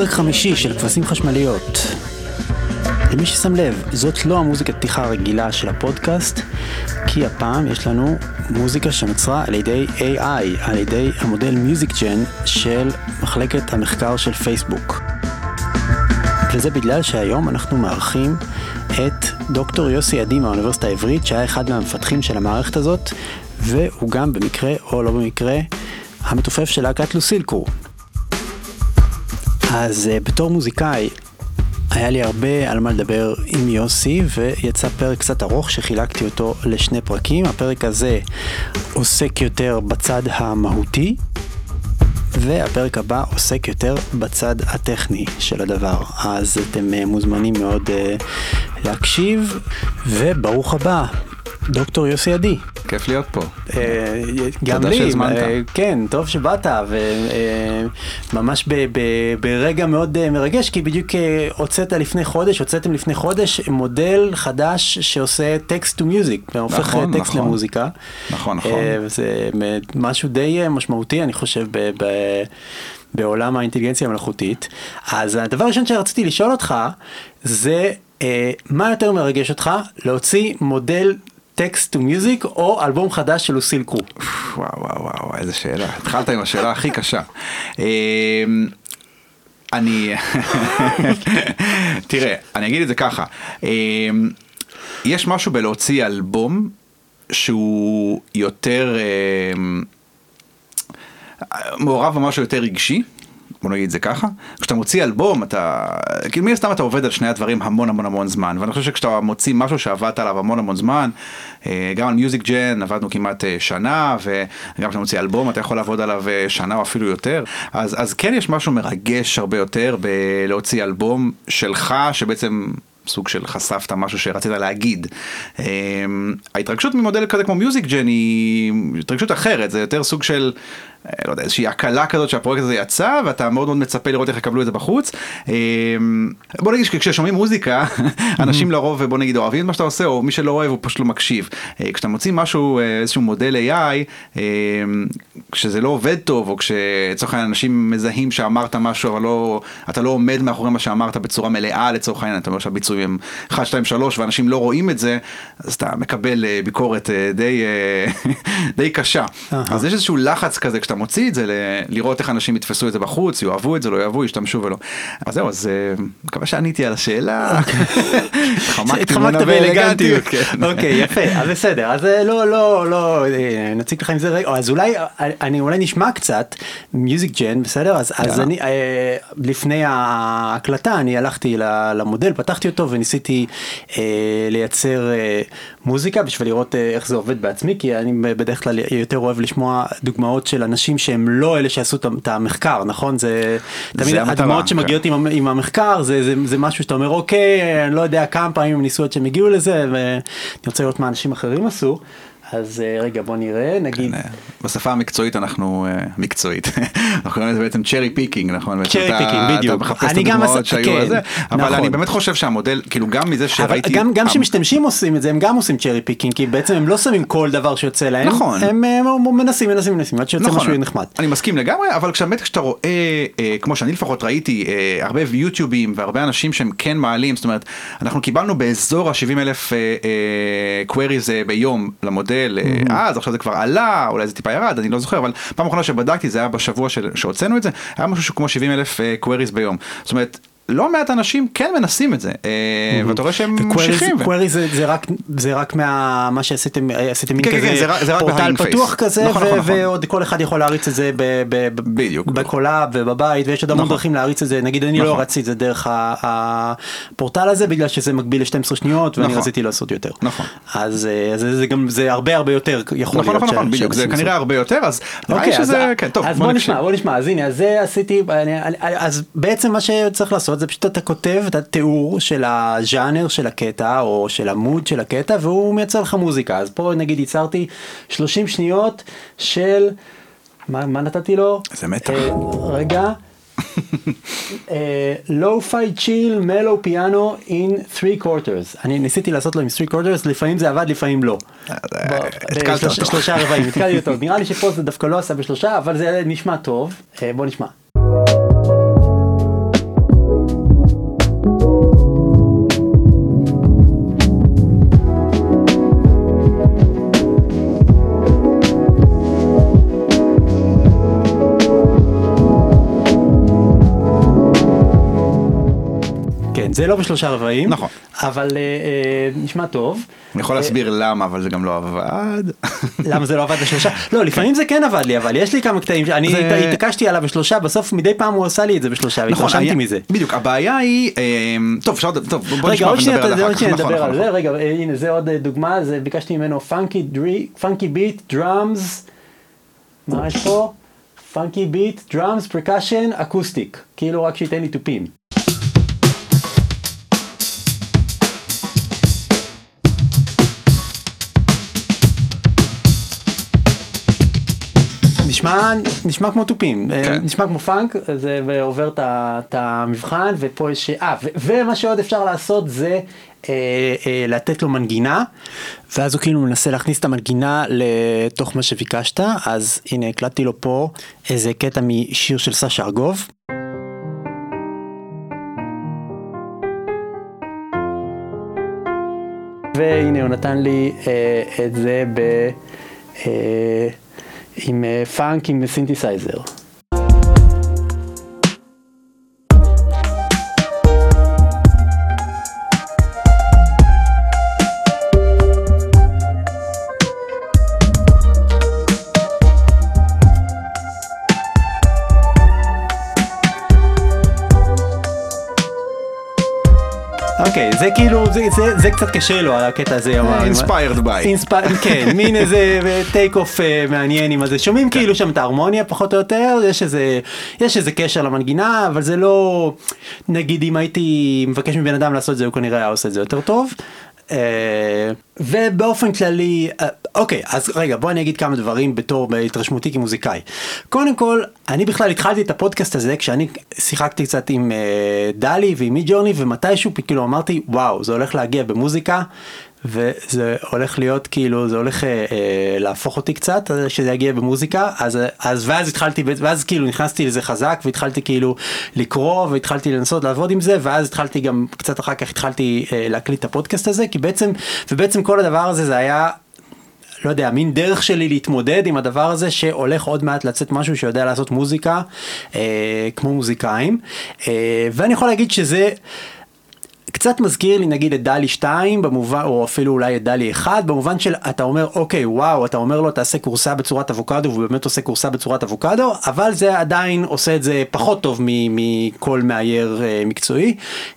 פרק 5 של כבשים חשמליות. למי ששם לב, זאת לא המוזיקת פתיחה הרגילה של הפודקאסט, כי הפעם יש לנו מוזיקה שנוצרה על ידי AI, על ידי המודל MusicGen של מחלקת המחקר של פייסבוק. וזה בגלל שהיום אנחנו מארחים את דוקטור יוסי עדי מהאוניברסיטה העברית, שהיה אחד מהמפתחים של המערכת הזאת, והוא גם במקרה או לא במקרה המתופף של להקת לוסילקו. אז בתור מוזיקאי היה לי הרבה על מה לדבר עם יוסי, ויצא פרק קצת ארוך שחילקתי אותו לשני פרקים. הפרק הזה עוסק יותר בצד המהותי, והפרק הבא עוסק יותר בצד הטכני של הדבר. אז אתם מוזמנים מאוד להקשיב, וברוך הבא, דוקטור יוסי עדי. כיף להיות פה. גם לי, כן, טוב שבאת, וממש ברגע מאוד מרגש, כי בדיוק הוצאתם לפני חודש מודל חדש שעושה טקסט טו מיוזיק, הופך טקסט למוזיקה. נכון. זה משהו די משמעותי, אני חושב, בעולם האינטליגנציה המלאכותית. אז הדבר הראשון שרציתי לשאול אותך, זה מה יותר מרגש אותך להוציא מודל טקסט טו מיוזיק או אלבום חדש של לוסילקו? וואו, איזה שאלה. התחלת עם השאלה הכי קשה. תראה, אני אגיד את זה ככה. יש משהו בלהוציא אלבום שהוא יותר מעורב במשהו יותר רגשי, בוא נגיד את זה ככה. כשאתה מוציא אלבום, כאילו מי הסתם אתה עובד על שני הדברים המון זמן, ואני חושב שכשאתה מוציא משהו שעבדת עליו המון זמן, גם על MusicGen עבדנו כמעט שנה, וגם כשאתה מוציא אלבום אתה יכול לעבוד עליו שנה או אפילו יותר, אז כן יש משהו מרגש הרבה יותר בלהוציא אלבום שלך, שבעצם סוג של חשפת משהו שרצית להגיד. ההתרגשות ממודל כזה כמו MusicGen היא התרגשות אחרת, זה יותר סוג של, לא יודע, איזושהי הקלה כזאת שהפרויקט הזה יצא, ואתה מאוד מצפה לראות איך יקבלו את זה בחוץ. בוא נגיד שכששומעים מוזיקה, אנשים לרוב, בוא נגיד, אוהבים את מה שאתה עושה, או מי שלא אוהב הוא פשוט לא מקשיב. כשאתה מוציא משהו, איזשהו מודל AI, כשזה לא עובד טוב, או כשצורך העניין אנשים מזהים שאמרת משהו, אבל אתה לא עומד מאחורי מה שאמרת בצורה מלאה, לצורך העניין, אתה אומר שהביצועים הם 1, 2, 3, ואנשים לא רואים את זה, אז אתה מקבל ביקורת די קשה. אז יש איזשהו לחץ כזה, כשאתה מוציא את זה, לראות איך אנשים יתפסו את זה בחוץ, יאהבו את זה, לא יאהבו, ישתמשו ולא. אז זהו, אז מקווה שעניתי על השאלה. התחמקת באלגנטיות. אוקיי, יפה, אז בסדר. אז לא, נציג לך עם זה רגע. אז אולי נשמע קצת MusicGen, בסדר? אז אני, לפני ההקלטה, אני הלכתי למודל, פתחתי אותו וניסיתי לייצר מוזיקה, בשביל לראות איך זה עובד בעצמי, כי אני בדרך כלל יותר אוהב לשמוע דוגמאות של אנשים שהם לא אלה שעשו את המחקר, נכון? זה תמיד הדוגמאות שמגיעות עם המחקר, זה משהו שאתה אומר, אוקיי, אני לא יודע כמה פעמים הם ניסו עד שהם הגיעו לזה, ואני רוצה לראות מה אנשים אחרים עשו. אז רגע, בוא נראה, נגיד. בשפה המקצועית אנחנו מקצועית. אנחנו קוראים לזה בעצם צ'רי פיקינג, נכון? צ'רי פיקינג, בדיוק. אתה מחפש את הדוגמאות שהיו על זה, אבל אני באמת חושב שהמודל, כאילו גם מזה שראיתי... גם שמשתמשים עושים את זה, הם גם עושים צ'רי פיקינג, כי בעצם הם לא שמים כל דבר שיוצא להם. נכון. הם מנסים, עד שיוצא משהו נחמד. אני מסכים לגמרי, אבל כשאתה רואה, כמו שאני לפחות ראיתי, הרבה יוטיובים והרבה אנשים שהם כן מעלים, זאת אומרת, אנחנו קיבלנו באזור ה-70,000 queries ביום למודל, אז עכשיו זה כבר עלה, אולי זה טיפה ירד, אני לא זוכר, אבל פעם אחרונה שבדקתי, זה היה בשבוע שהוצאנו את זה, היה משהו כמו 70,000 queries ביום. זאת אומרת, לא מעט אנשים כן מנסים את זה, ואתה רואה שהם ממשיכים. קווירי זה רק מה שעשיתם מין כזה פורטל פתוח כזה, ועוד כל אחד יכול להריץ את זה בקולאב ובבית, ויש עוד המון דרכים להריץ את זה, נגיד אני לא רציתי את זה דרך הפורטל הזה, בגלל שזה מקביל ל-12 שניות, ואני רציתי לעשות יותר. נכון. אז זה הרבה יותר יכול להיות. נכון, בדיוק, זה כנראה הרבה יותר, אז נראה שזה, כן, טוב, בוא נשמע, אז הנה, אז זה עשיתי, אז בעצם מה שצריך לעשות, זה פשוט אתה כותב את התיאור של הז'אנר של הקטע, או של המוד של הקטע, והוא מייצר לך מוזיקה. אז פה נגיד ייצרתי 30 שניות של, מה נתתי לו? זה מתח. רגע. Lo-fi chill mellow piano in 3/4. אני ניסיתי לעשות לו עם 3/4, לפעמים זה עבד, לפעמים לא. התקלת אותו. 3/4, התקלתי אותו. נראה לי שפה זה דווקא לא עשה ב3, אבל זה נשמע טוב. בוא נשמע. זה לא בשלושה רבעים, נכון. אבל נשמע טוב. אני יכול להסביר למה, אבל זה גם לא עבד. למה זה לא עבד בשלושה? לא, לפעמים זה כן עבד לי, אבל יש לי כמה קטעים, אני התעקשתי עליו בשלושה, בסוף מדי פעם הוא עשה לי את זה בשלושה, והתרשמתי מזה. בדיוק, הבעיה היא, טוב, בוא נשמע ונדבר על זה. נדבר על זה, רגע, הנה, זה עוד דוגמה, ביקשתי ממנו פאנקי ביט, דראמס, מה יש פה? פאנקי ביט, דראמס, פרקשן, אקוסטיק, כאילו רק שייתן לי תופים. נשמע כמו טופים, נשמע כמו פאנק, זה עובר את המבחן, ופה יש, ומה שעוד אפשר לעשות זה לתת לו מנגינה, ואז הוא כאילו מנסה להכניס את המנגינה לתוך מה שביקשת, אז הנה הקלטתי לו פה איזה קטע משיר של סשה ארגוב. והנה הוא נתן לי את זה עם פאנק עם סינתסייזר. אוקיי, זה כאילו, זה קצת קשה לו, הקטע הזה. Inspired by. כן, מין איזה טייק אוף מעניין עם הזה. שומעים כאילו שם את ההרמוניה פחות או יותר, יש איזה קשר למנגינה, אבל זה לא, נגיד אם הייתי מבקש מבן אדם לעשות את זה, הוא כנראה היה עושה את זה יותר טוב. ובאופן כללי, אוקיי, אז רגע, בוא אני אגיד כמה דברים בהתרשמותי כמוזיקאי. קודם כל, אני בכלל התחלתי את הפודקאסט הזה כשאני שיחקתי קצת עם דלי ועם מידג'ורני, ומתישהו כאילו אמרתי, וואו, זה הולך להגיע במוזיקה, וזה הולך להיות כאילו, זה הולך להפוך אותי קצת, שזה יגיע במוזיקה, ואז התחלתי, ואז כאילו נכנסתי לזה חזק, והתחלתי כאילו לקרוא, והתחלתי לנסות לעבוד עם זה, ואז התחלתי גם, קצת אחר כך התחלתי להקליט את הפודקאסט הזה, כי בעצם כל הדבר הזה זה היה, לא יודע, מין דרך שלי להתמודד עם הדבר הזה, שהולך עוד מעט לצאת משהו שיודע לעשות מוזיקה, כמו מוזיקאים, ואני יכול להגיד שזה, קצת מזכיר לי נגיד את דלי 2 במובן, או אפילו אולי את דלי 1, במובן של אתה אומר אוקיי וואו, אתה אומר לו תעשה קורסה בצורת אבוקדו, והוא באמת עושה קורסה בצורת אבוקדו, אבל זה עדיין עושה את זה פחות טוב מכל מאייר מקצועי,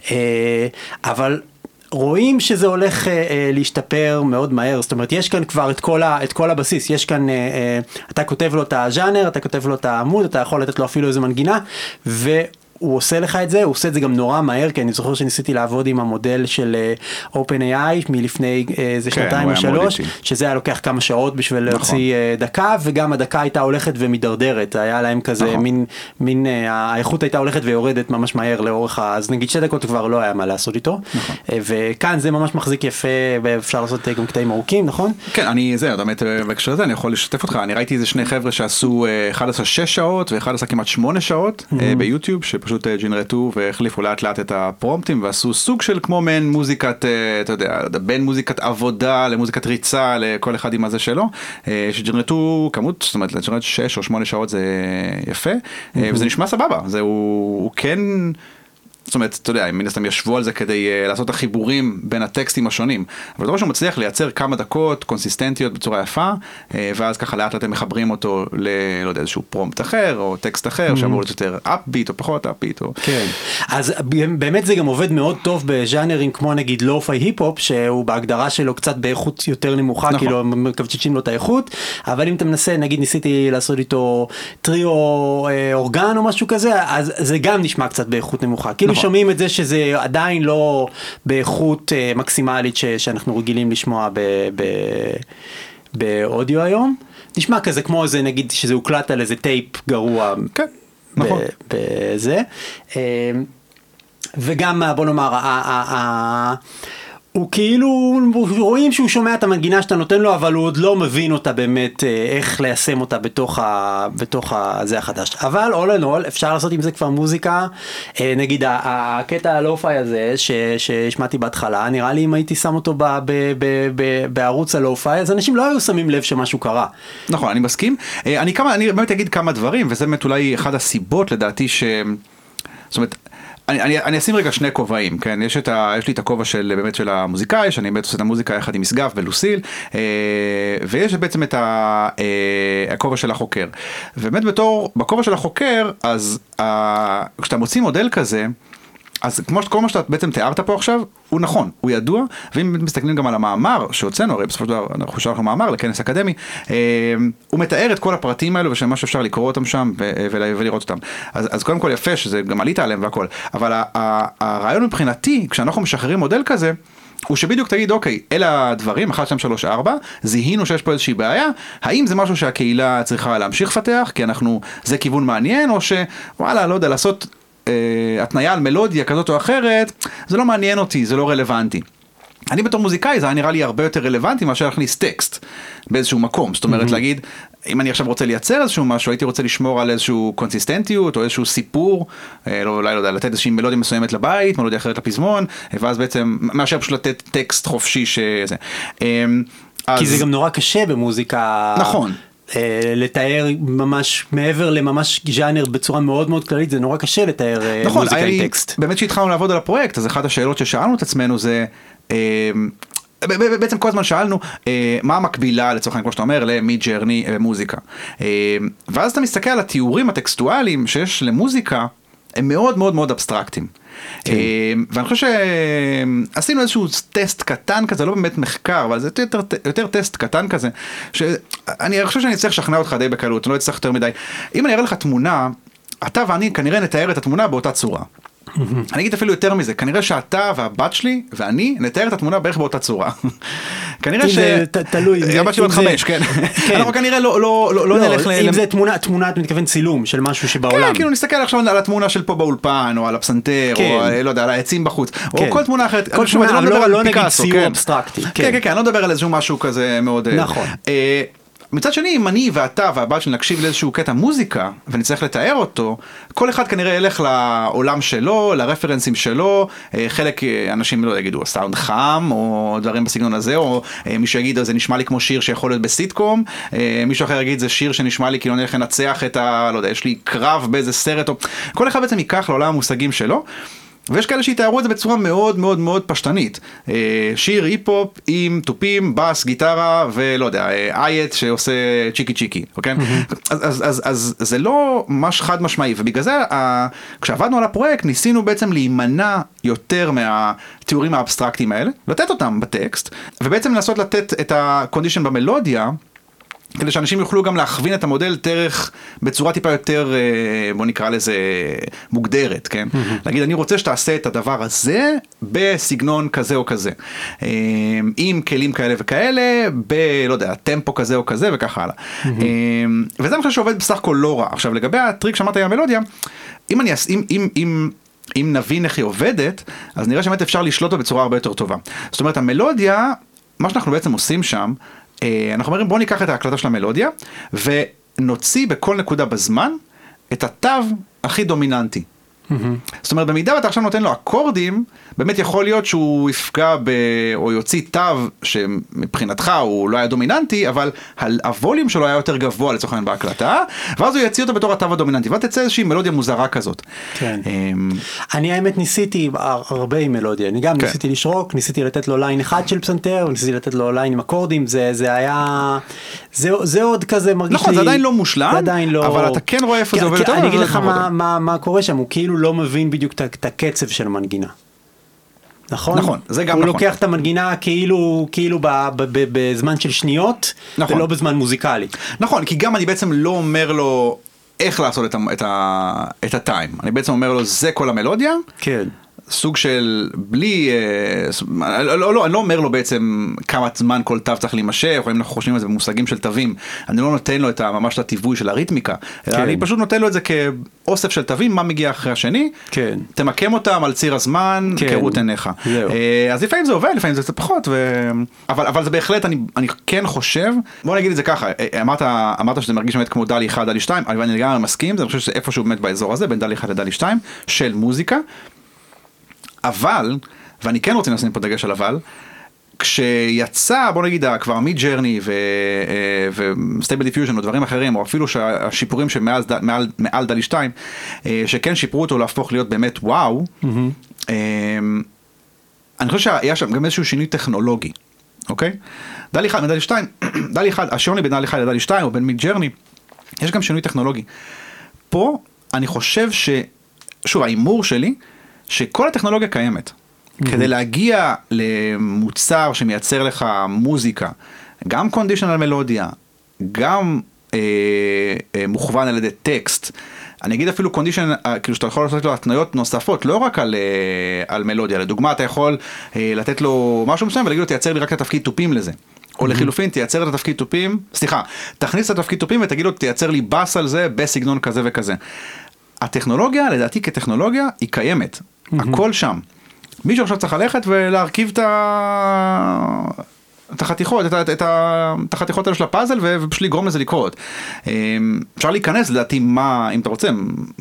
אבל רואים שזה הולך להשתפר מאוד מהר, זאת אומרת יש כאן כבר את כל הבסיס, יש כאן, אתה כותב לו את הז'אנר, אתה כותב לו את העמוד, אתה יכול לתת לו אפילו איזה מנגינה, הוא עושה לך את זה, הוא עושה את זה גם נורא מהר, כי אני זוכר שניסיתי לעבוד עם המודל של OpenAI מלפני איזה שנתיים או שלוש, שזה היה לוקח כמה שעות בשביל להוציא דקה, וגם הדקה הייתה הולכת ומדרדרת, היה להם כזה מין, האיכות הייתה הולכת ויורדת ממש מהר לאורך, אז נגיד 2 דקות כבר לא היה מה לעשות איתו, וכאן זה ממש מחזיק יפה, ואפשר לעשות גם קטעים ארוכים, נכון? כן, זה, באמת, בהקשר הזה אני יכול לשתף אותך, אני ראיתי איזה 2 חבר'ה שעשו, אחד עשה 6 שעות, ואחד עשה כמעט 8 שעות ביוטיוב, פשוט ג'נרטו והחליפו לאט לאט את הפרומפטים ועשו סוג של כמו מעין מוזיקת, אתה יודע, בין מוזיקת עבודה למוזיקת ריצה, לכל אחד עם הזה שלו, שג'נרטו כמות, זאת אומרת, לג'נרט 6 או 8 שעות זה יפה, וזה נשמע סבבה, הוא כן, זאת אומרת, אתה יודע, מן הסתם ישבו על זה כדי לעשות את החיבורים בין הטקסטים השונים, אבל אתה רואה שהוא מצליח לייצר כמה דקות קונסיסטנטיות בצורה יפה, ואז ככה לאט לאט הם מחברים אותו לא יודע, איזשהו פרומפט אחר, או טקסט אחר, שאמור להיות יותר אפביט או פחות אפביט. כן, אז באמת זה גם עובד מאוד טוב בז'אנרים כמו נגיד לו-פיי היפ-הופ, שהוא בהגדרה שלו קצת באיכות יותר נמוכה, כאילו מקבצ'צ'ים לו את האיכות, אבל אם אתה מנסה, נגיד ניסיתי לעשות איתו טריו אורגן או משהו כזה, אז זה גם נשמע קצת באיכות נמוכה, כאילו שומעים את זה שזה עדיין לא באיכות מקסימלית שאנחנו רגילים לשמוע באודיו היום. נשמע כזה כמו זה, נגיד שזה הוקלט על איזה טייפ גרוע. כן, נכון. בזה. וגם, בוא נאמר, הוא כאילו, רואים שהוא שומע את המנגינה שאתה נותן לו, אבל הוא עוד לא מבין אותה באמת, איך ליישם אותה בתוך זה החדש. אבל all in all, אפשר לעשות עם זה כבר מוזיקה, נגיד הקטע הלו-פיי הזה, שהשמעתי בהתחלה, נראה לי אם הייתי שם אותו בערוץ הלו-פיי, אז אנשים לא היו שמים לב שמשהו קרה. נכון, אני מסכים. אני באמת אגיד כמה דברים, וזה באמת אולי אחד הסיבות לדעתי זאת אומרת, אני אשים רגע שני כובעים, כן? יש לי את הכובע של באמת של המוזיקאי, שאני באמת עושה את המוזיקה יחד עם משגב ולוסיל, ויש בעצם את הכובע של החוקר. ובאמת בכובע של החוקר, אז כשאתה מוציא מודל כזה, אז כל מה שאתה בעצם תיארת פה עכשיו, הוא נכון, הוא ידוע, ואם מסתכלים גם על המאמר שהוצאנו, הרי בסופו של דבר אנחנו שלחנו מאמר לכנס אקדמי, הוא מתאר את כל הפרטים האלו, ושמה שאפשר לקרוא אותם שם ולראות אותם. אז קודם כל יפה, שזה גם עלית עליהם והכל, אבל הרעיון מבחינתי, כשאנחנו משחררים מודל כזה, הוא שבדיוק תגיד, אוקיי, אלה הדברים, 1, 2, 3, 4, זיהינו שיש פה איזושהי בעיה, האם זה משהו שהקהילה צריכה להמשיך לפתח, כי זה כיוון מעניין, או שוואלה, לא יודע, לעשות התניה על מלודיה כזאת או אחרת, זה לא מעניין אותי, זה לא רלוונטי. אני בתור מוזיקאי, זה היה נראה לי הרבה יותר רלוונטי מאשר להכניס טקסט באיזשהו מקום. זאת אומרת, להגיד, אם אני עכשיו רוצה לייצר איזשהו משהו, הייתי רוצה לשמור על איזשהו קונסיסטנטיות, או איזשהו סיפור, אולי לא יודע, לתת איזושהי מלודיה מסוימת לבית, מלודיה אחרת לפזמון, ואז בעצם, מאשר פשוט לתת טקסט חופשי שזה. כי זה גם נורא קשה במוזיקה. נכון. לתאר ממש מעבר לממש ז'אנר בצורה מאוד מאוד כללית, זה נורא קשה לתאר מוזיקה עם טקסט. באמת שהתחלנו לעבוד על הפרויקט, אז אחת השאלות ששאלנו את עצמנו זה, בעצם כל הזמן שאלנו, מה המקבילה לצורך העניין, כמו שאתה אומר, למידג'רני מוזיקה. ואז אתה מסתכל על התיאורים הטקסטואליים שיש למוזיקה, הם מאוד מאוד מאוד אבסטרקטיים. ואני חושב שעשינו איזשהו טסט קטן כזה, לא באמת מחקר, אבל זה יותר טסט קטן כזה, שאני חושב שאני צריך לשכנע אותך די בקלות, אני לא אצטרך יותר מדי. אם אני אראה לך תמונה, אתה ואני כנראה נתאר את התמונה באותה צורה. אני אגיד אפילו יותר מזה, כנראה שאתה והבת שלי ואני נתאר את התמונה בערך באותה צורה. כנראה תלוי, הבת שלי עוד 5, כן. אנחנו כנראה לא נלך אם זה תמונה, אתה מתכוון צילום של משהו שבעולם. כן, כאילו נסתכל עכשיו על התמונה של פה באולפן, או על הפסנתר, או לא יודע, על העצים בחוץ, או כל תמונה אחרת. כל תמונה, לא נגיד ציור אבסטרקטי. כן, כן, אני לא מדבר על איזשהו משהו כזה מאוד... נכון. מצד שני, אם אני ואתה והבת שלי נקשיב לאיזשהו קטע מוזיקה, ונצטרך לתאר אותו, כל אחד כנראה ילך לעולם שלו, לרפרנסים שלו, חלק אנשים לא יגידו, סאונד חם, או דברים בסגנון הזה, או מישהו יגיד, זה נשמע לי כמו שיר שיכול להיות בסיטקום, מישהו אחר יגיד, זה שיר שנשמע לי כאילו אני הולך לנצח את לא יודע, יש לי קרב באיזה סרט, או... כל אחד בעצם ייקח לעולם המושגים שלו, ויש כאלה שיתארו את זה בצורה מאוד מאוד מאוד פשטנית. שיר היפ-הופ עם טופים, בס, גיטרה ולא יודע, אייט שעושה צ'יקי צ'יקי, אוקיי? אז זה לא ממש חד משמעי, ובגלל זה כשעבדנו על הפרויקט ניסינו בעצם להימנע יותר מהתיאורים האבסטרקטיים האלה, לתת אותם בטקסט, ובעצם לנסות לתת את הקונדישן במלודיה, כדי שאנשים יוכלו גם להכווין את המודל בצורה טיפה יותר, בוא נקרא לזה, מוגדרת, כן? להגיד, אני רוצה שתעשה את הדבר הזה בסגנון כזה או כזה. עם כלים כאלה וכאלה, לא יודע, טמפו כזה או כזה וכך הלאה. וזה אני חושב שעובד בסך הכל לא רע. עכשיו, לגבי הטריק שאמרת עם המלודיה, אם נבין איך היא עובדת, אז נראה שבאמת אפשר לשלוט בה בצורה הרבה יותר טובה. זאת אומרת, המלודיה, מה שאנחנו בעצם עושים שם, אנחנו אומרים בוא ניקח את ההקלטה של המלודיה ונוציא בכל נקודה בזמן את התו הכי דומיננטי. זאת אומרת, במידה ואתה עכשיו נותן לו אקורדים, באמת יכול להיות שהוא יפגע או יוציא תו שמבחינתך הוא לא היה דומיננטי, אבל הווליום שלו היה יותר גבוה לצורך העניין בהקלטה, ואז הוא יציא אותו בתור התו הדומיננטי, ואז תצא איזושהי מלודיה מוזרה כזאת. כן. אני האמת ניסיתי הרבה עם מלודיה, אני גם ניסיתי לשרוק, ניסיתי לתת לו ליין אחד של פסנתר, ניסיתי לתת לו ליין עם אקורדים, זה היה, זה עוד כזה מרגיש לי... נכון, זה עדיין לא מושלם, אבל אתה כן רואה איפה זה עובד יותר. אני אגיד לך מה קורה שם, הוא כאילו לא מבין בדיוק את הקצב של המנגינה. נכון? נכון, זה גם הוא נכון. הוא לוקח את המנגינה כאילו בזמן של שניות, נכון. ולא בזמן מוזיקלי. נכון, כי גם אני בעצם לא אומר לו איך לעשות את הטיים. אני בעצם אומר לו, זה כל המלודיה. כן. סוג של בלי, לא, אני לא אומר לו בעצם כמה זמן כל תו צריך להימשך, או אם אנחנו חושבים על זה במושגים של תווים, אני לא נותן לו ממש את הטיווי של הריתמיקה, כן. אני פשוט נותן לו את זה כאוסף של תווים, מה מגיע אחרי השני, כן. תמקם אותם על ציר הזמן, כן. כראות עיניך. אז לפעמים זה עובד, לפעמים זה קצת פחות, אבל זה בהחלט, אני כן חושב, בוא נגיד את זה ככה, אמרת שזה מרגיש באמת כמו דלי 1, דלי 2, אבל אני גם מסכים, אני חושב שזה איפשהו באמת באזור הזה, בין דלי 1 לדלי 2, של מוזיקה. אבל, ואני כן רוצה לשים פה דגש על אבל, כשיצא, בוא נגיד, כבר מידג'רני וסטייבל דיפיוז'ן או דברים אחרים, או אפילו השיפורים שמעל דלי 2, שכן שיפרו אותו להפוך להיות באמת וואו, אני חושב שהיה שם גם איזשהו שינוי טכנולוגי, אוקיי? דלי 1 מדלי 2, דלי 1, השוני בין דלי 1 לדלי 2 או בין מידג'רני, יש גם שינוי טכנולוגי. פה אני חושב שוב, האימור שלי, שכל הטכנולוגיה קיימת. כדי להגיע למוצר שמייצר לך מוזיקה, גם קונדישנל מלודיה, גם מוכוון על ידי טקסט, אני אגיד אפילו קונדישן, כאילו שאתה יכול לעשות לו התניות נוספות, לא רק על מלודיה. לדוגמה, אתה יכול לתת לו משהו מסוים ולהגיד לו, תייצר לי רק את התפקיד טופים לזה. או לחילופין, תייצר את התפקיד טופים, תכניס את התפקיד טופים ותגיד לו, תייצר לי בס על זה, בסגנון כזה וכזה. הטכנולוגיה, לדעתי כטכנולוגיה, היא קיימת. הכל שם. מישהו עכשיו צריך ללכת ולהרכיב את החתיכות, את החתיכות האלה של הפאזל, ופשוט לגרום לזה לקרות. אפשר להיכנס, לדעתי, אם אתה רוצה,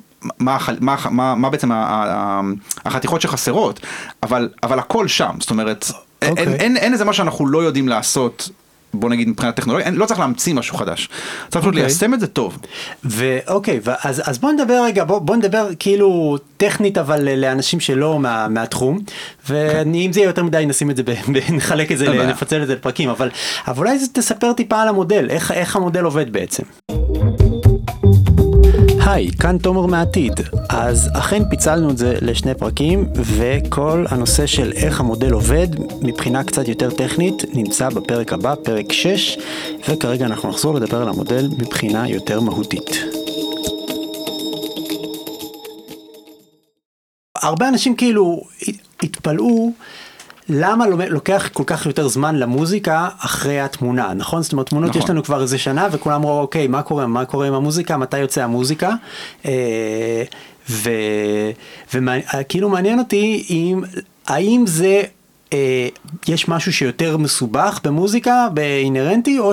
מה בעצם החתיכות שחסרות, אבל הכל שם. זאת אומרת, אין איזה מה שאנחנו לא יודעים לעשות, בוא נגיד מבחינת טכנולוגיה, לא צריך להמציא משהו חדש, צריך פשוט ליישם את זה טוב. ואוקיי, אז בוא נדבר רגע, בוא נדבר כאילו טכנית, אבל לאנשים שלא מהתחום, ואם זה יהיה יותר מדי נשים את זה, נחלק את זה, נפצל את זה לפרקים, אבל אולי תספר טיפה על המודל, איך המודל עובד בעצם. היי, כאן תומר מהעתיד. אז אכן פיצלנו את זה לשני פרקים, וכל הנושא של איך המודל עובד מבחינה קצת יותר טכנית נמצא בפרק הבא, פרק 6, וכרגע אנחנו נחזור לדבר על המודל מבחינה יותר מהותית. הרבה אנשים כאילו התפלאו למה לוקח כל כך יותר זמן למוזיקה אחרי התמונה, נכון? זאת אומרת, תמונות יש לנו כבר איזה שנה, וכולם אמרו, אוקיי, מה קורה עם המוזיקה? מתי יוצא המוזיקה? וכאילו מעניין אותי, האם זה, יש משהו שיותר מסובך במוזיקה, באינרנטי, או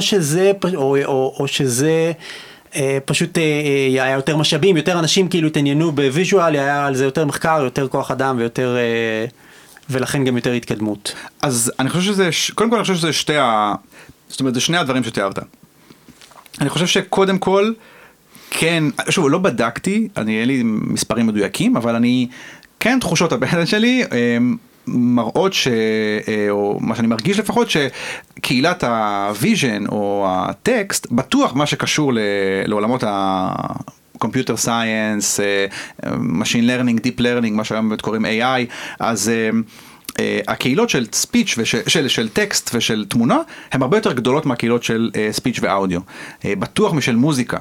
שזה פשוט היה יותר משאבים, יותר אנשים כאילו התעניינו בוויז'ואל, היה על זה יותר מחקר, יותר כוח אדם ויותר... ולכן גם יותר התקדמות. אז אני חושב שזה, קודם כל אני חושב שזה זאת אומרת, זה שני הדברים שתיארת. אני חושב שקודם כל, כן, שוב, לא בדקתי, אין לי מספרים מדויקים, אבל כן תחושות הבטן שלי, מראות או מה שאני מרגיש לפחות, שקהילת הוויז'ן או הטקסט, בטוח מה שקשור לעולמות Computer Science, Machine Learning, Deep Learning, מה שהיום קוראים AI, אז הקהילות של ספיץ' של טקסט ושל תמונה, הן הרבה יותר גדולות מהקהילות של ספיץ' ואודיו. בטוח משל מוזיקה.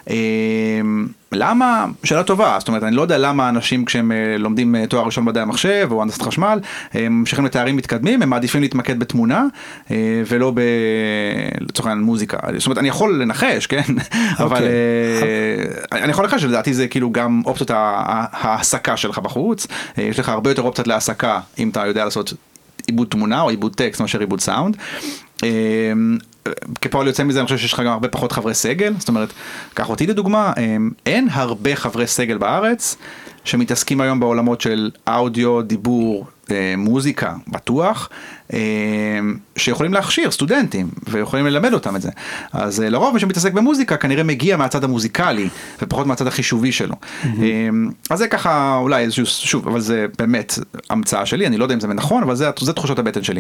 למה? שאלה טובה. זאת אומרת, אני לא יודע למה אנשים כשהם לומדים תואר ראשון מדעי המחשב או הנדסת חשמל, הם ממשיכים לתארים מתקדמים, הם מעדיפים להתמקד בתמונה, ולא לצורך העניין מוזיקה. זאת אומרת, אני יכול לנחש, כן? אבל אני יכול לנחש, לדעתי זה כאילו גם אופציות ההעסקה שלך בחוץ. יש לך הרבה יותר אופציות להעסקה, אם אתה יודע לעשות עיבוד תמונה או עיבוד טקסט מאשר עיבוד סאונד. כפועל יוצא מזה, אני חושב שיש לך גם הרבה פחות חברי סגל, זאת אומרת, קח אותי לדוגמה, אין הרבה חברי סגל בארץ שמתעסקים היום בעולמות של אודיו, דיבור, מוזיקה, בטוח, שיכולים להכשיר סטודנטים ויכולים ללמד אותם את זה. אז לרוב מי שמתעסק במוזיקה כנראה מגיע מהצד המוזיקלי ופחות מהצד החישובי שלו. אז זה ככה אולי איזשהו, שוב, אבל זה באמת המצאה שלי, אני לא יודע אם זה נכון, אבל זה תחושות הבטן שלי.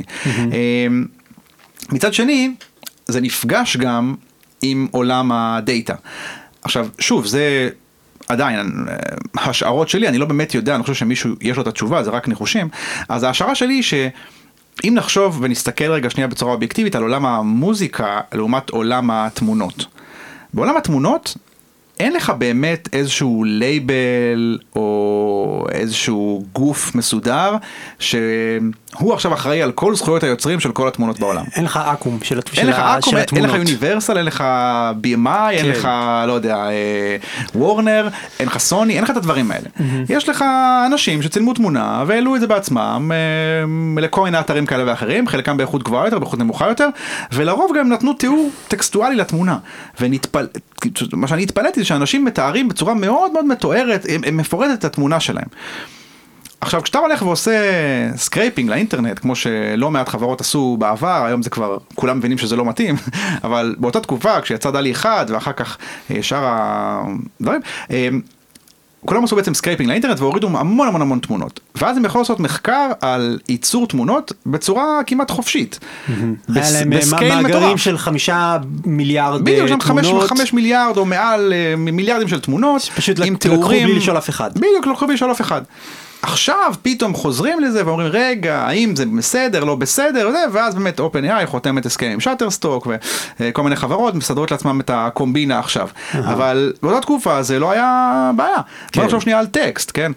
מצד שני, זה נפגש גם עם עולם הדאטה. עכשיו, שוב, זה עדיין, השערות שלי, אני לא באמת יודע, אני חושב שמישהו יש לו את התשובה, זה רק ניחושים. אז ההשערה שלי היא שאם נחשוב ונסתכל רגע שנייה בצורה אובייקטיבית על עולם המוזיקה, לעומת עולם התמונות. בעולם התמונות, אין לך באמת איזשהו לייבל או איזשהו גוף מסודר שהוא עכשיו אחראי על כל זכויות היוצרים של כל התמונות בעולם. אין לך אקום של התמונות. אין לך יוניברסל, אין לך BMI, אין לך, לא יודע, וורנר, אין לך סוני, אין לך את הדברים האלה. יש לך אנשים שצילמו תמונה והעלו את זה בעצמם לכל מיני אתרים כאלה ואחרים, חלקם באיכות גבוהה יותר, באיכות נמוכה יותר, ולרוב גם נתנו תיאור טקסטואלי לתמונה. מה שאני התפלאתי זה שאנשים מתארים בצורה מאוד מאוד מתוארת, הם מפורטת את התמונה שלהם. עכשיו, כשאתה הולך ועושה סקרייפינג לאינטרנט, כמו שלא מעט חברות עשו בעבר, היום זה כבר, כולם מבינים שזה לא מתאים, אבל באותה תקופה, כשיצא דלי 1, ואחר כך שאר הדברים, כולם עשו בעצם סקרייפינג לאינטרנט, והורידו המון המון המון תמונות. ואז הם יכולים לעשות מחקר על ייצור תמונות בצורה כמעט חופשית. היה להם מאגרים של 5 מיליארד תמונות. בדיוק, 5 מיליארד או מעל מיליארדים של תמונות. פשוט לקחו בלי לשאול אף אחד. בדיוק, לקחו בלי לשאול אף אחד. עכשיו פתאום חוזרים לזה ואומרים, רגע, האם זה בסדר, לא בסדר, ואז באמת OpenAI חותמת הסכם עם שטרסטוק וכל מיני חברות מסדרות לעצמם את הקומבינה עכשיו. אבל באותה תקופה זה לא היה בעיה. בוא נחשוב שנייה על טקסט, כן?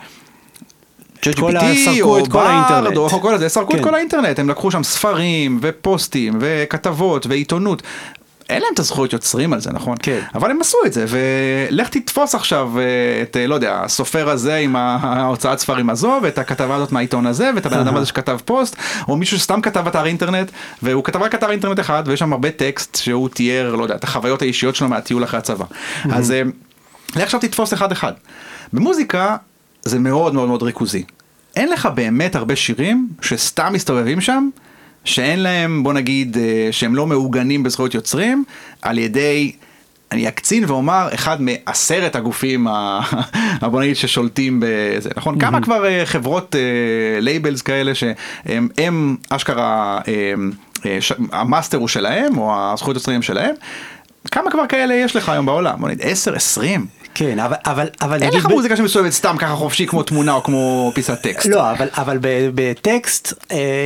סרקו את כל האינטרנט. סרקו את כל האינטרנט, הם לקחו שם ספרים ופוסטים וכתבות ועיתונות. אין להם את הזכויות יוצרים על זה, נכון? כן. אבל הם עשו את זה, ולך תתפוס עכשיו את, לא יודע, הסופר הזה עם ההוצאת ספרים הזו, ואת הכתבה הזאת מהעיתון הזה, ואת הבן אדם הזה שכתב פוסט, או מישהו שסתם כתב אתר אינטרנט, והוא כתב רק אתר אינטרנט אחד, ויש שם הרבה טקסט שהוא תיאר, לא יודע, את החוויות האישיות שלו מהטיול אחרי הצבא. אז לך עכשיו תתפוס אחד. במוזיקה זה מאוד מאוד מאוד ריכוזי. אין לך באמת הרבה שירים שסתם מסתובבים שם, שאין להם, בוא נגיד, שהם לא מעוגנים בזכויות יוצרים, על ידי, אני אקצין ואומר, אחד מ10 הגופים, בוא נגיד, ששולטים בזה, נכון? כמה כבר חברות לייבלס כאלה, שהם אשכרה, המאסטר הוא שלהם, או הזכויות יוצרים שלהם, כמה כבר כאלה יש לך היום בעולם? בוא נגיד, 10, 20? כן, אבל אין לך מוזיקה שמסתובבת סתם ככה חופשי כמו תמונה או כמו פיסת טקסט. לא, אבל בטקסט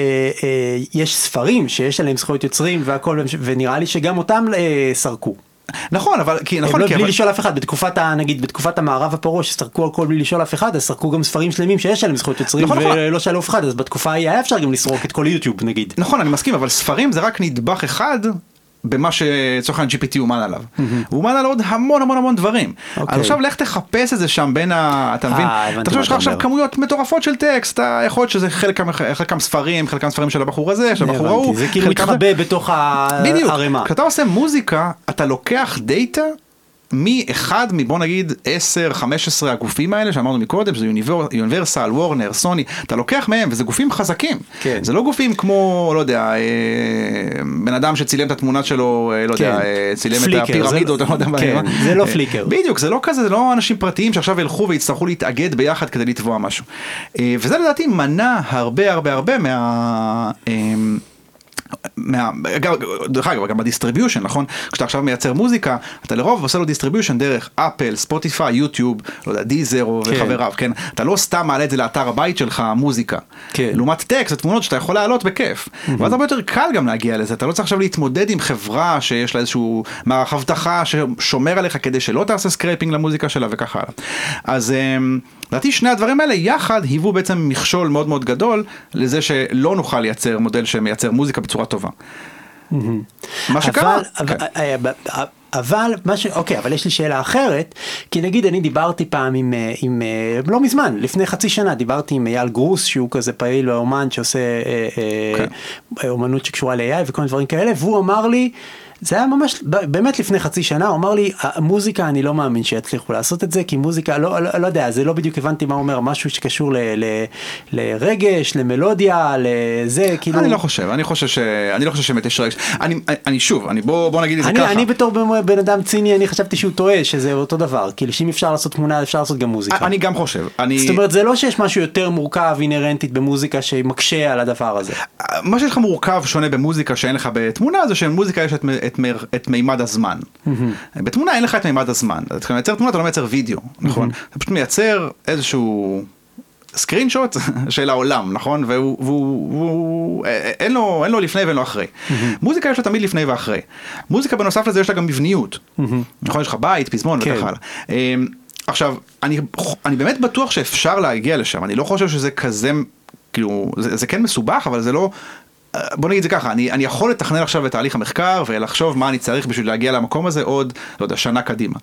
יש ספרים שיש עליהם זכויות יוצרים והכל, ונראה לי שגם אותם סרקו. נכון, אבל בלי לשאול אף אחד, נגיד בתקופת המערב הפרוע שסרקו הכל בלי לשאול אף אחד, אז סרקו גם ספרים שלמים שיש עליהם זכויות יוצרים ולא שאלו אף אחד, אז בתקופה היה אפשר גם לסרוק את כל יוטיוב נגיד. נכון, אני מסכים, אבל ספרים זה רק נדבך אחד במה שצורך GPT אומן עליו. הוא אומן על עוד המון המון המון דברים. אז עכשיו לך תחפש את זה שם בין אתה מבין? אתה חושב שיש לך עכשיו כמויות מטורפות של טקסט, יכול להיות שזה חלקם ספרים של הבחור הזה, של הבחור ההוא. זה כאילו מתחבא בתוך הרמה. כשאתה עושה מוזיקה, אתה לוקח דאטה מאחד מבוא נגיד 10-15 הגופים האלה שאמרנו מקודם, שזה יוניברסל, וורנר, סוני, אתה לוקח מהם וזה גופים חזקים. כן. זה לא גופים כמו, לא יודע, בן אדם שצילם את התמונה שלו, לא יודע, צילם את הפירמידות. כן, זה לא פליקר. בדיוק, זה לא כזה, זה לא אנשים פרטיים שעכשיו ילכו ויצטרכו להתאגד ביחד כדי לתבוע משהו. וזה לדעתי מנע הרבה דרך אגב, גם בדיסטריביושן, נכון? כשאתה עכשיו מייצר מוזיקה, אתה לרוב עושה לו דיסטריביושן דרך אפל, ספוטיפיי, יוטיוב, לא יודע, דיזר וחבריו, כן? אתה לא סתם מעלה את זה לאתר הבית שלך, מוזיקה. לעומת טקסט, זה תמונות שאתה יכול להעלות בכיף. ואז הרבה יותר קל גם להגיע לזה. אתה לא צריך עכשיו להתמודד עם חברה שיש לה איזשהו מערך הבטחה ששומר עליך כדי שלא תעשה סקרייפינג למוזיקה שלה וכך הלאה. אז לדעתי שני הדברים האלה יחד היוו בעצם מכשול מאוד מאוד גדול לזה שלא נוכל לייצר מודל שמייצר מוזיקה בצורה טובה. מה שקרה. אבל יש לי שאלה אחרת, כי נגיד אני דיברתי פעם עם לא מזמן, לפני חצי שנה, דיברתי עם אייל גרוס, שהוא כזה פעיל ואומן שעושה אומנות שקשורה ל-AI וכל מיני דברים כאלה, והוא אמר לי, זה היה ממש, באמת לפני חצי שנה, הוא אמר לי, המוזיקה אני לא מאמין שיצליחו לעשות את זה, כי מוזיקה, לא יודע, זה לא בדיוק הבנתי מה הוא אומר, משהו שקשור לרגש, למלודיה, לזה, כאילו... אני לא חושב שבאמת יש רגש. בוא נגיד את זה ככה. אני בתור בן אדם ציני, אני חשבתי שהוא טועה, שזה אותו דבר, כאילו שאם אפשר לעשות תמונה, אפשר לעשות גם מוזיקה. אני גם חושב. זאת אומרת, זה לא שיש משהו יותר מורכב, אינרנטית במוזיקה, שמקשה על הדבר הזה. מה שיש לך מורכב שונה במוזיקה שאין לך בתמונה, זה שבמוזיקה יש את מימד הזמן. בתמונה אין לך את מימד הזמן. אתה מייצר תמונה, אתה לא מייצר וידאו, נכון? אתה פשוט מייצר איזשהו סקרינשוט של העולם, נכון? והוא אין לו לפני ואין לו אחרי. מוזיקה יש לה תמיד לפני ואחרי. מוזיקה בנוסף לזה יש לה גם מבניות. נכון? יש לך בית, פזמון וכך הלאה. עכשיו, אני באמת בטוח שאפשר להגיע לשם. אני לא חושב שזה כזה, כאילו, זה כן מסובך, אבל זה לא... בוא נגיד זה ככה, אני יכול לתכנן עכשיו את תהליך המחקר ולחשוב מה אני צריך בשביל להגיע למקום הזה עוד, לא יודע, שנה קדימה.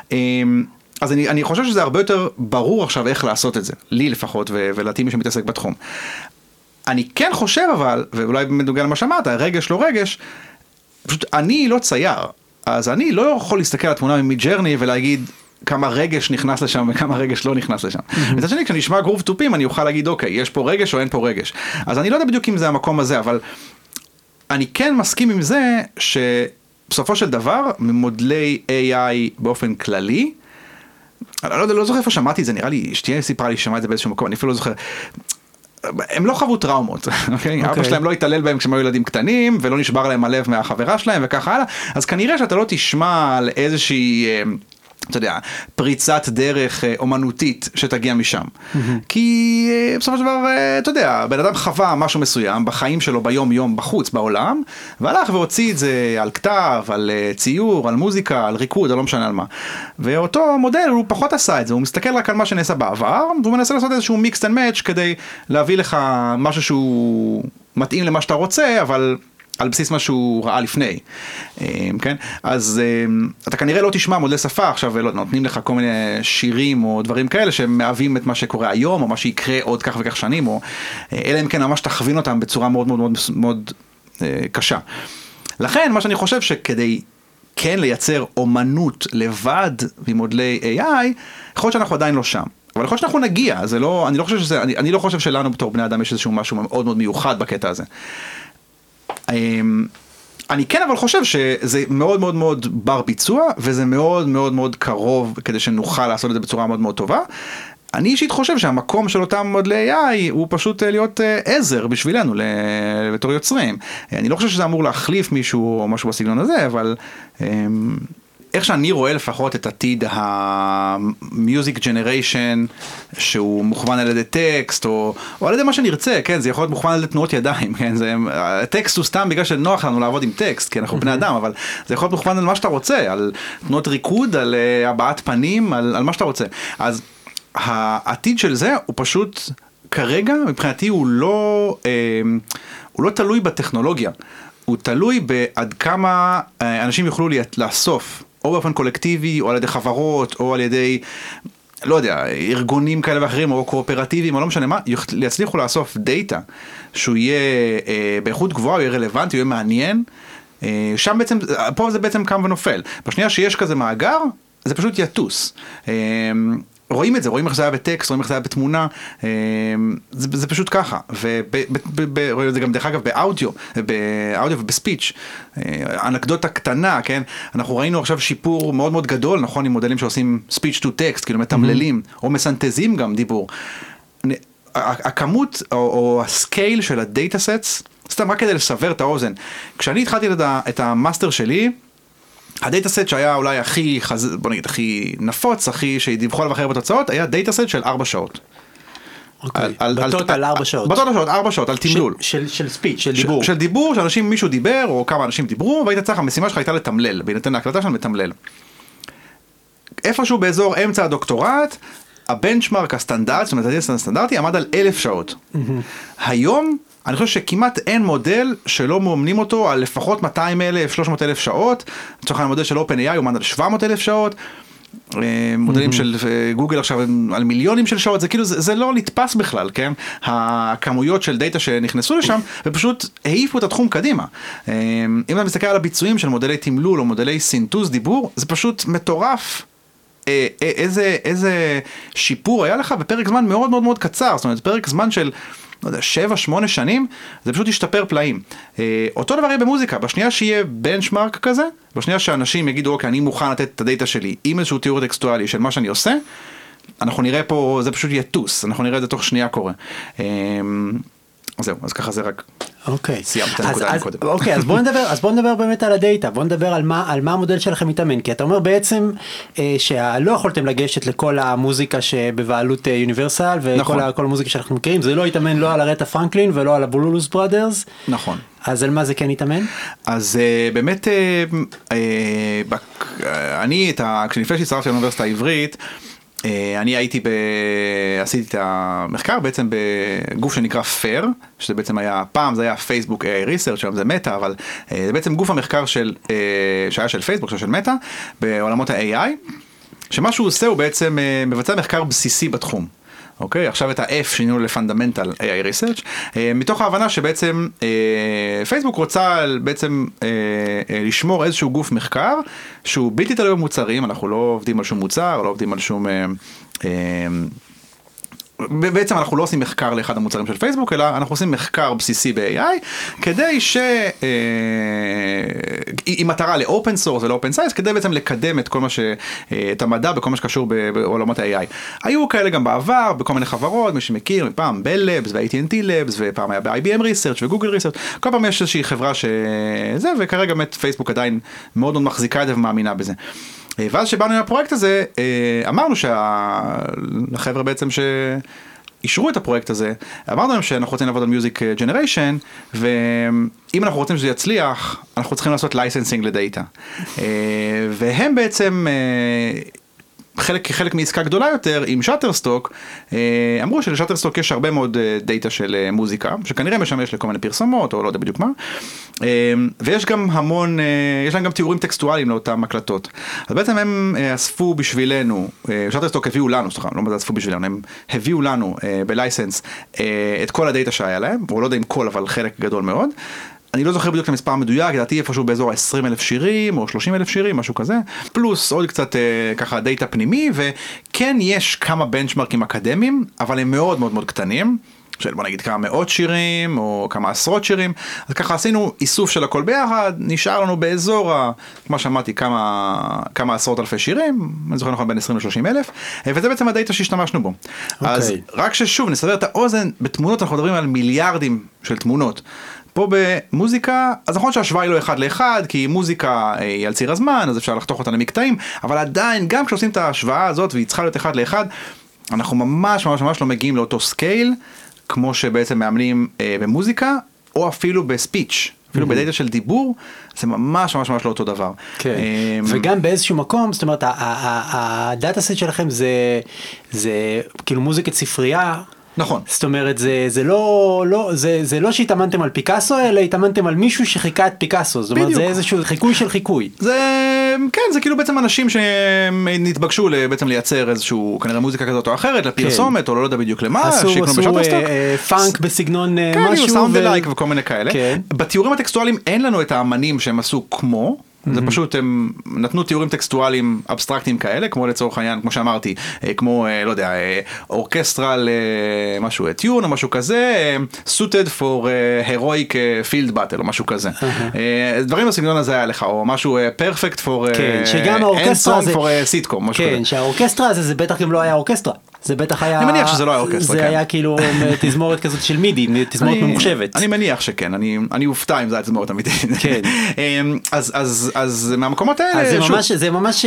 אז אני חושב שזה הרבה יותר ברור עכשיו איך לעשות את זה, לי לפחות, ולדעתי מי שמתעסק בתחום. אני כן חושב אבל, ואולי בנוגע למה שאמרת, רגש לא רגש, פשוט אני לא צייר, אז אני לא יכול להסתכל על התמונה ממידג'רני ולהגיד, כמה רגש נכנס לשם וכמה רגש לא נכנס לשם. מצד שני, כשאני אשמע גרוב תופים, אני אוכל להגיד, אוקיי, יש פה רגש או אין פה רגש. אז אני לא יודע בדיוק אם זה המקום הזה, אבל אני כן מסכים עם זה שבסופו של דבר, ממודלי AI באופן כללי, אני לא זוכר איפה שמעתי את זה, נראה לי, שתהיה סיפרה לי ששמע את זה באיזשהו מקום, אני אפילו לא זוכר. הם לא חוו טראומות, אוקיי? אבא שלהם לא התעלל בהם כשהם היו ילדים קטנים, ולא נשבר להם הלב מהחברה שלהם וככה הלאה, אז כנראה שאתה לא תשמע על איזושהי, אתה יודע, פריצת דרך אומנותית שתגיע משם. כי בסופו של דבר, אתה יודע, בן אדם חווה משהו מסוים בחיים שלו ביום יום בחוץ, בעולם, והלך והוציא את זה על כתב, על ציור, על מוזיקה, על ריקוד, לא משנה על מה. ואותו מודל הוא פחות עשה את זה, הוא מסתכל רק על מה שנעשה בעבר, והוא מנסה לעשות איזשהו מיקס אנד מאץ' כדי להביא לך משהו שהוא מתאים למה שאתה רוצה, אבל על בסיס מה שהוא ראה לפני, כן? אז אתה כנראה לא תשמע מודלי שפה, עכשיו נותנים לך כל מיני שירים או דברים כאלה שמהווים את מה שקורה היום, או מה שיקרה עוד כך וכך שנים, או אלא אם כן ממש תכווין אותם בצורה מאוד מאוד מאוד מאוד קשה. לכן, מה שאני חושב שכדי כן לייצר אומנות לבד ממודלי AI, יכול להיות שאנחנו עדיין לא שם. אבל יכול להיות שאנחנו נגיע, זה לא, אני לא חושב שלנו בתור בני אדם יש איזשהו משהו מאוד מאוד מיוחד בקטע הזה. אני כן אבל חושב שזה מאוד מאוד מאוד בר ביצוע, וזה מאוד מאוד מאוד קרוב כדי שנוכל לעשות את זה בצורה מאוד מאוד טובה. אני אישית חושב שהמקום של אותם מודלי AI הוא פשוט להיות עזר בשבילנו בתור יוצרים. אני לא חושב שזה אמור להחליף מישהו או משהו בסגנון הזה, אבל איך שאני רואה לפחות את עתיד ה-music generation שהוא מוכוון על ידי טקסט או על ידי מה שנרצה, כן, זה יכול להיות מוכוון על ידי תנועות ידיים, כן, הטקסט הוא סתם בגלל שנוח לנו לעבוד עם טקסט, כי אנחנו בני אדם, אבל זה יכול להיות מוכוון על מה שאתה רוצה, על תנועות ריקוד, על הבעת פנים, על מה שאתה רוצה. אז העתיד של זה הוא פשוט, כרגע מבחינתי הוא לא תלוי בטכנולוגיה, הוא תלוי בעד כמה אנשים יוכלו לאסוף, או באופן קולקטיבי, או על ידי חברות, או על ידי, לא יודע, ארגונים כאלה ואחרים, או קואופרטיביים, או לא משנה מה, יצליחו לאסוף דאטה, שהוא יהיה באיכות גבוהה, הוא יהיה רלוונטי, הוא יהיה מעניין, שם בעצם, פה זה בעצם קם ונופל. בשנייה שיש כזה מאגר, זה פשוט יטוס. רואים את זה, רואים איך זה היה בטקסט, רואים איך זה היה בתמונה, זה פשוט ככה, רואים את זה גם דרך אגב באודיו ובספיץ', אנקדוטה קטנה, כן, אנחנו ראינו עכשיו שיפור מאוד מאוד גדול, נכון, עם מודלים שעושים speech to text, כאילו מתמללים, או מסנטזים גם דיבור, הכמות או הסקייל של הדאטה סטס, סתם רק כדי לסבר את האוזן, כשאני התחלתי את המאסטר שלי, הדאטה סט שהיה אולי בוא נגיד, הכי נפוץ, הכי שדיווחו עליו אחרי בתוצאות, היה דאטה סט של 4 שעות. בטוטל 4 שעות. בטוטל 4 שעות, על תמלול. של ספיץ', של דיבור. של דיבור, מישהו דיבר, או כמה אנשים דיברו, והיית צריך, המשימה שלך הייתה לתמלל, בהינתן להקלטה שלנו מתמלל. איפשהו באזור אמצע הדוקטורט, הבנצ'מרק הסטנדרט, זאת אומרת, הסטנדרטי, עמד על 1,000 שעות. היום, אני חושב שכמעט אין מודל שלא מאמנים אותו על לפחות 200,000, 300,000 שעות, לצורך המודל של OpenAI הוא עמד על 700,000 שעות, מודלים של גוגל עכשיו על מיליונים של שעות, זה כאילו, זה לא נתפס בכלל, כן? הכמויות של דאטה שנכנסו לשם, ופשוט העיפו את התחום קדימה. אם אתה מסתכל על הביצועים של מודלי תמלול או מודלי סינתוז דיבור, זה פשוט מטורף. איזה שיפור היה לך בפרק זמן מאוד מאוד מאוד קצר, זאת אומרת, פרק זמן של, לא יודע, 7-8 שנים, זה פשוט ישתפר פלאים. אותו דבר יהיה במוזיקה, בשנייה שיהיה בנצ'מרק כזה, בשנייה שאנשים יגידו, אוקיי, אני מוכן לתת את הדאטה שלי עם איזשהו תיאור טקסטואלי של מה שאני עושה, אנחנו נראה פה, זה פשוט יטוס, אנחנו נראה את זה תוך שנייה קורה. זהו, אז ככה זה רק סיימת את הנקודה קודם. אוקיי, אז בוא נדבר באמת על הדאטה, בוא נדבר על מה המודל שלכם מתאמן, כי אתה אומר בעצם שלא יכולתם לגשת לכל המוזיקה שבבעלות יוניברסל, וכל המוזיקה שאנחנו מכירים, זה לא יתאמן לא על הרטה פרנקלין ולא על הבולולוס בראדרס. נכון. אז על מה זה כן יתאמן? אז באמת, כשנפגשתי שהצטרפתי לאוניברסיטה העברית, אני עשיתי את המחקר בעצם בגוף שנקרא FAIR, שזה בעצם היה, פעם זה היה פייסבוק AI Research, היום זה מטה, אבל זה בעצם גוף המחקר שהיה של פייסבוק, של מטה, בעולמות ה-AI, שמה שהוא עושה הוא בעצם מבצע מחקר בסיסי בתחום. אוקיי, עכשיו את ה-F שינינו ל-Fundamental AI Research, מתוך ההבנה שבעצם פייסבוק רוצה בעצם לשמור איזשהו גוף מחקר, שהוא בלתי תלוי במוצרים, אנחנו לא עובדים על שום מוצר, לא עובדים על שום... בעצם אנחנו לא עושים מחקר לאחד המוצרים של פייסבוק, אלא אנחנו עושים מחקר בסיסי ב-AI, כדי עם מטרה ל-open source ול-open science, כדי בעצם לקדם את כל מה את המדע בכל מה שקשור בעולמות ה-AI. היו כאלה גם בעבר, בכל מיני חברות, מי שמכיר, פעם Bell Labs ו-AT&T Labs, ופעם היה ב-IBM Research ו-Google Research, כל פעם יש איזושהי חברה שזה, וכרגע באמת פייסבוק עדיין מאוד מאוד מחזיקה את זה ומאמינה בזה. ואז שבאנו עם הפרויקט הזה, אמרנו לחבר'ה בעצם שאישרו את הפרויקט הזה, אמרנו להם שאנחנו רוצים לעבוד על Music Generation, ואם אנחנו רוצים שזה יצליח, אנחנו צריכים לעשות לייסנסינג לדאטה. והם בעצם... חלק מעסקה גדולה יותר עם שטרסטוק, אמרו שלשטרסטוק יש הרבה מאוד דאטה של מוזיקה, שכנראה משמש לכל מיני פרסומות, או לא יודע בדיוק מה, ויש גם המון, יש להם גם תיאורים טקסטואליים לאותם הקלטות. אז בעצם הם אספו בשבילנו, שטרסטוק הביאו לנו, סליחה, לא מה זה אספו בשבילנו, הם הביאו לנו בלייסנס את כל הדאטה שהיה להם, או לא יודע אם כל, אבל חלק גדול מאוד, אני לא זוכר בדיוק את המספר המדויק, לדעתי איפשהו באזור 20,000 שירים או 30,000 שירים, משהו כזה, פלוס עוד קצת ככה דאטה פנימי, וכן יש כמה בנצ'מרקים אקדמיים, אבל הם מאוד מאוד מאוד קטנים, של בוא נגיד כמה מאות שירים או כמה עשרות שירים, אז ככה עשינו איסוף של הכל ביחד, נשאר לנו באזור, כמו שאמרתי, כמה עשרות אלפי שירים, אני זוכר נכון בין 20 ל-30 אלף, וזה בעצם הדאטה שהשתמשנו בו. אז רק ששוב נסדר את האוזן, בתמונות אנחנו מדברים על מיליארדים של תמונות, פה במוזיקה, אז נכון שהשוואה היא לא אחד לאחד, כי מוזיקה היא על ציר הזמן, אז אפשר לחתוך אותה למקטעים, אבל עדיין, גם כשעושים את ההשוואה הזאת, והיא צריכה להיות אחד לאחד, אנחנו ממש ממש ממש לא מגיעים לאותו סקייל, כמו שבעצם מאמנים במוזיקה, או אפילו בספיץ', אפילו בדאטה של דיבור, זה ממש ממש ממש לא אותו דבר. כן, וגם באיזשהו מקום, זאת אומרת, הדאטה סט שלכם זה כאילו מוזיקת ספרייה, נכון. זאת אומרת, זה לא שהתאמנתם על פיקאסו, אלא התאמנתם על מישהו שחיכה את פיקאסו, זאת אומרת, זה איזשהו חיקוי של חיקוי. כן, זה כאילו בעצם אנשים שנתבקשו בעצם לייצר איזשהו, כנראה מוזיקה כזאת או אחרת, לפרסומת, או לא יודע בדיוק למה, עשו פאנק בסגנון משהו. כן, סאונד אלייק וכל מיני כאלה. בתיאורים הטקסטואליים אין לנו את האמנים שהם עשו כמו, זה פשוט, הם נתנו תיאורים טקסטואליים אבסטרקטיים כאלה, כמו לצורך העניין, כמו שאמרתי, כמו, לא יודע, אורקסטרל, משהו, טיון או משהו כזה, suited for heroic field battle או משהו כזה. דברים בסגנון הזה היה לך, או משהו perfect for end song for sitcom, משהו כזה. כן, שהאורקסטרה הזה, זה בטח גם לא היה אורקסטרה. זה בטח היה... אני מניח שזה לא היה אורקסטרה, זה היה כאילו תזמורת כזאת של מידי, תזמורת ממוחשבת. אני מניח שכן, אני אופתע אם זה היה תזמורת אמיתית. כן. אז מהמקומות האלה... זה ממש...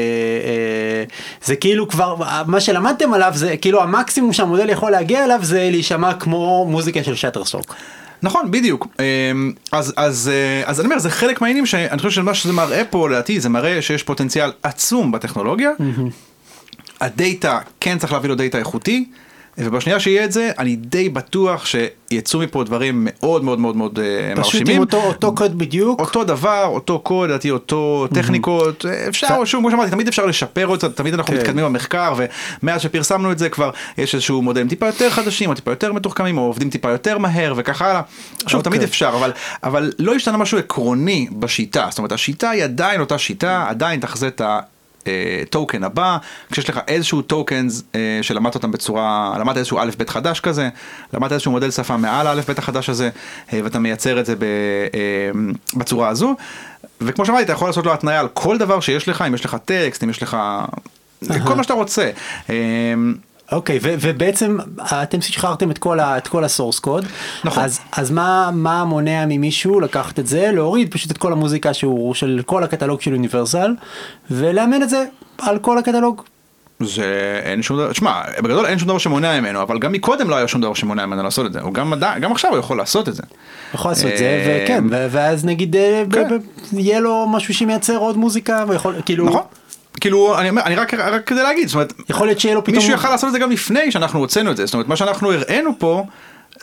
זה כאילו כבר... מה שלמדתם עליו זה כאילו המקסימום שהמודל יכול להגיע אליו זה להישמע כמו מוזיקה של שטרסטוק. נכון, בדיוק. אז אני אומר, זה חלק מהעניינים שאני חושב שמה שזה מראה פה, לדעתי, זה מראה שיש פוטנציאל עצום בטכנולוגיה. הדאטה, כן צריך להביא לו דאטה איכותי, ובשנייה שיהיה את זה, אני די בטוח שיצאו מפה דברים מאוד מאוד מאוד מאוד מרשימים. פשוט עם אותו קוד בדיוק. אותו דבר, אותו קוד, אותו טכניקות, אפשר, שוב, כמו שאמרתי, תמיד אפשר לשפר אותה, תמיד אנחנו מתקדמים במחקר, ומאז שפרסמנו את זה כבר, יש איזשהו מודלים טיפה יותר חדשים, או טיפה יותר מתוחכמים, או עובדים טיפה יותר מהר, וככה הלאה. שוב, תמיד אפשר, אבל לא השתנה משהו עקרוני בשיטה, זאת אומרת, השיטה היא עדיין אותה שיטה, עדיין תחזה את טוקן הבא, כשיש לך איזשהו טוקנס שלמדת אותם בצורה, למדת איזשהו א' ב' חדש כזה, למדת איזשהו מודל שפה מעל א' ב' החדש הזה, ואתה מייצר את זה בצורה הזו, וכמו שאמרתי, אתה יכול לעשות לו התניה על כל דבר שיש לך, אם יש לך טקסט, אם יש לך כל מה שאתה רוצה. אוקיי, ובעצם אתם שחררתם את כל הסורס קוד, נכון. אז מה מונע ממישהו לקחת את זה, להוריד פשוט את כל המוזיקה של כל הקטלוג של אוניברסל, ולאמן את זה על כל הקטלוג? זה אין שום דבר, תשמע, בגדול אין שום דבר שמונע ממנו, אבל גם מקודם לא היה שום דבר שמונע ממנו לעשות את זה, גם עכשיו הוא יכול לעשות את זה. יכול לעשות את זה, וכן, ואז נגיד יהיה לו משהו שמייצר עוד מוזיקה, ויכול, כאילו... נכון. כאילו, אני רק כדי להגיד, זאת אומרת, יכול להיות שיהיה לו פתאום... מישהו יכל לעשות את זה גם לפני שאנחנו הוצאנו את זה, זאת אומרת, מה שאנחנו הראינו פה,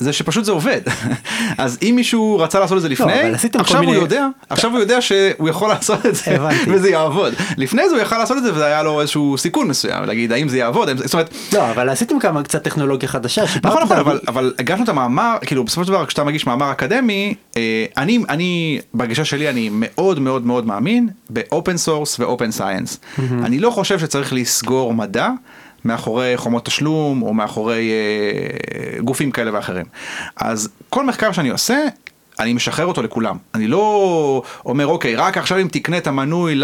זה שפשוט זה עובד. אז אם מישהו רצה לעשות את זה לפני, עכשיו הוא יודע שהוא יכול לעשות את זה, וזה יעבוד. לפני זה הוא יכול לעשות את זה, וזה היה לו איזשהו סיכון מסוים, להגיד האם זה יעבוד, זאת אומרת... לא, אבל עשיתם כמה קצת טכנולוגיה חדשה. נכון, אבל הגשנו את המאמר, כאילו בסופו של דבר, כשאתה מגיש מאמר אקדמי, אני, בגישה שלי, אני מאוד מאוד מאוד מאמין באופן סורס ואופן סייאנס. אני לא חושב שצריך לסגור מדע, מאחורי חומות תשלום, או מאחורי גופים כאלה ואחרים. אז כל מחקר שאני עושה, אני משחרר אותו לכולם. אני לא אומר, אוקיי, רק עכשיו אם תקנה את המנוי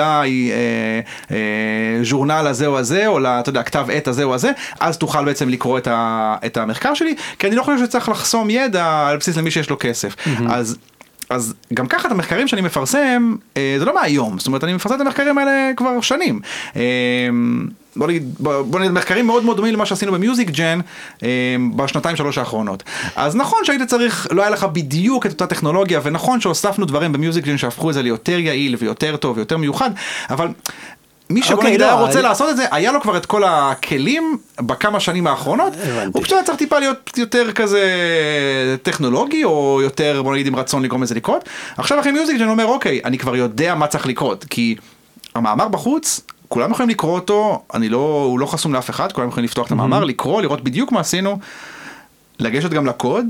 לז'ורנל הזה או הזה, או אתה יודע, כתב עת הזה או הזה, אז תוכל בעצם לקרוא את המחקר שלי, כי אני לא חושב שצריך לחסום ידע על בסיס למי שיש לו כסף. אז גם ככה את המחקרים שאני מפרסם, זה לא מהיום, זאת אומרת, אני מפרסם את המחקרים האלה כבר שנים. בוא נגיד, מחקרים מאוד מאוד דומים למה שעשינו במיוזיק ג'ן, בשנתיים שלוש האחרונות. אז נכון שהיית צריך, לא היה לך בדיוק את אותה טכנולוגיה, ונכון שהוספנו דברים במיוזיק ג'ן שהפכו את זה ליותר יעיל ויותר טוב ויותר מיוחד, אבל... מי שבוא נגיד היה רוצה לעשות את זה, היה לו כבר את כל הכלים בכמה שנים האחרונות, הוא פשוט צריך טיפה להיות יותר כזה טכנולוגי, או יותר, בוא נגיד, עם רצון לגרום לזה לקרות. עכשיו אחרי מיוזיק ג'ן אומר, אוקיי, אני כבר יודע מה צריך לקרות, כי המאמר בחוץ, כולם יכולים לקרוא אותו, הוא לא חסום לאף אחד, כולם יכולים לפתוח את המאמר, לקרוא, לראות בדיוק מה עשינו, לגשת גם לקוד,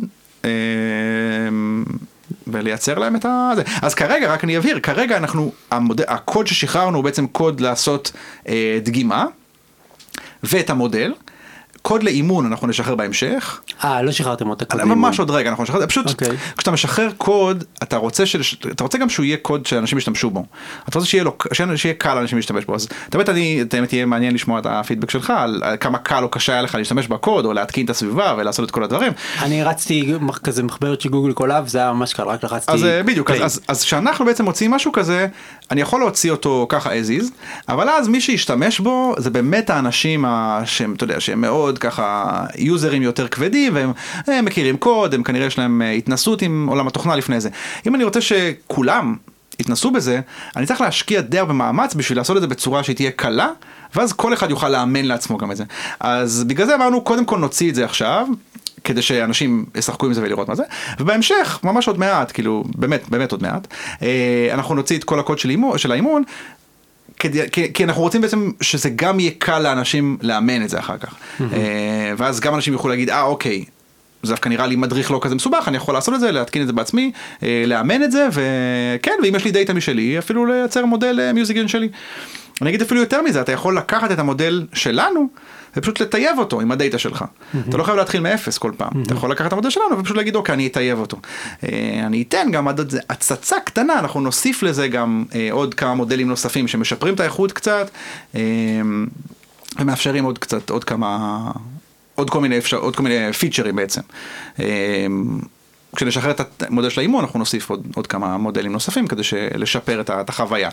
ולייצר להם את זה. אז כרגע, רק אני אבהיר, כרגע הקוד ששחררנו הוא בעצם קוד לעשות דגימה, ואת המודל, קוד לאימון אנחנו נשחרר בהמשך. לא שחררתם אותה קוד לאימון. ממש עוד רגע, אנחנו נשחרר, פשוט כשאתה משחרר קוד, אתה רוצה גם שהוא יהיה קוד שאנשים ישתמשו בו. אתה רוצה שיהיה קל לאנשים להשתמש בו. אז תמיד יהיה מעניין לשמוע את הפידבק שלך, על כמה קל או קשה היה לך להשתמש בקוד, או להתקין את הסביבה ולעשות את כל הדברים. אני רצתי כזה מחברת של גוגל קולאב, זה היה ממש קל, רק לחצתי. אז בדיוק, אז כשאנחנו בעצם מוציאים משהו כזה, אני יכול להוציא אותו ככה as is, אבל אז מי שישתמש בו, זה באמת האנשים שהם, אתה יודע, שהם מאוד ככה יוזרים יותר כבדים, והם מכירים קוד, הם כנראה יש להם התנסות עם עולם התוכנה לפני זה. אם אני רוצה שכולם יתנסו בזה, אני צריך להשקיע די הרבה מאמץ בשביל לעשות את זה בצורה שהיא תהיה קלה, ואז כל אחד יוכל לאמן לעצמו גם את זה. אז בגלל זה אמרנו, קודם כל נוציא את זה עכשיו, כדי שאנשים ישחקו עם זה ולראות מה זה, ובהמשך, ממש עוד מעט, כאילו, באמת עוד מעט, אנחנו נוציא את כל הקוד של האימון, כי אנחנו רוצים בעצם שזה גם יהיה קל לאנשים לאמן את זה אחר כך. ואז גם אנשים יוכלו להגיד, אוקיי, זה דווקא נראה לי מדריך לא כזה מסובך, אני יכול לעשות את זה, להתקין את זה בעצמי, לאמן את זה, וכן, ואם יש לי דאטה משלי, אפילו לייצר מודל מיוזיק ג'ן שלי. אני אגיד אפילו יותר מזה, אתה יכול לקחת את המודל שלנו, ופשוט לטייב אותו עם הדאטה שלך. אתה לא חייב להתחיל מאפס כל פעם. אתה יכול לקחת את המודל שלנו ופשוט להגיד, אוקיי, אני אטייב אותו. אני אתן גם הצצה קטנה, אנחנו נוסיף לזה גם עוד כמה מודלים נוספים שמשפרים את האיכות קצת, ומאפשרים עוד כל מיני פיצ'רים בעצם. כשנשחרר את המודל של האימון, אנחנו נוסיף עוד כמה מודלים נוספים כדי לשפר את החוויה.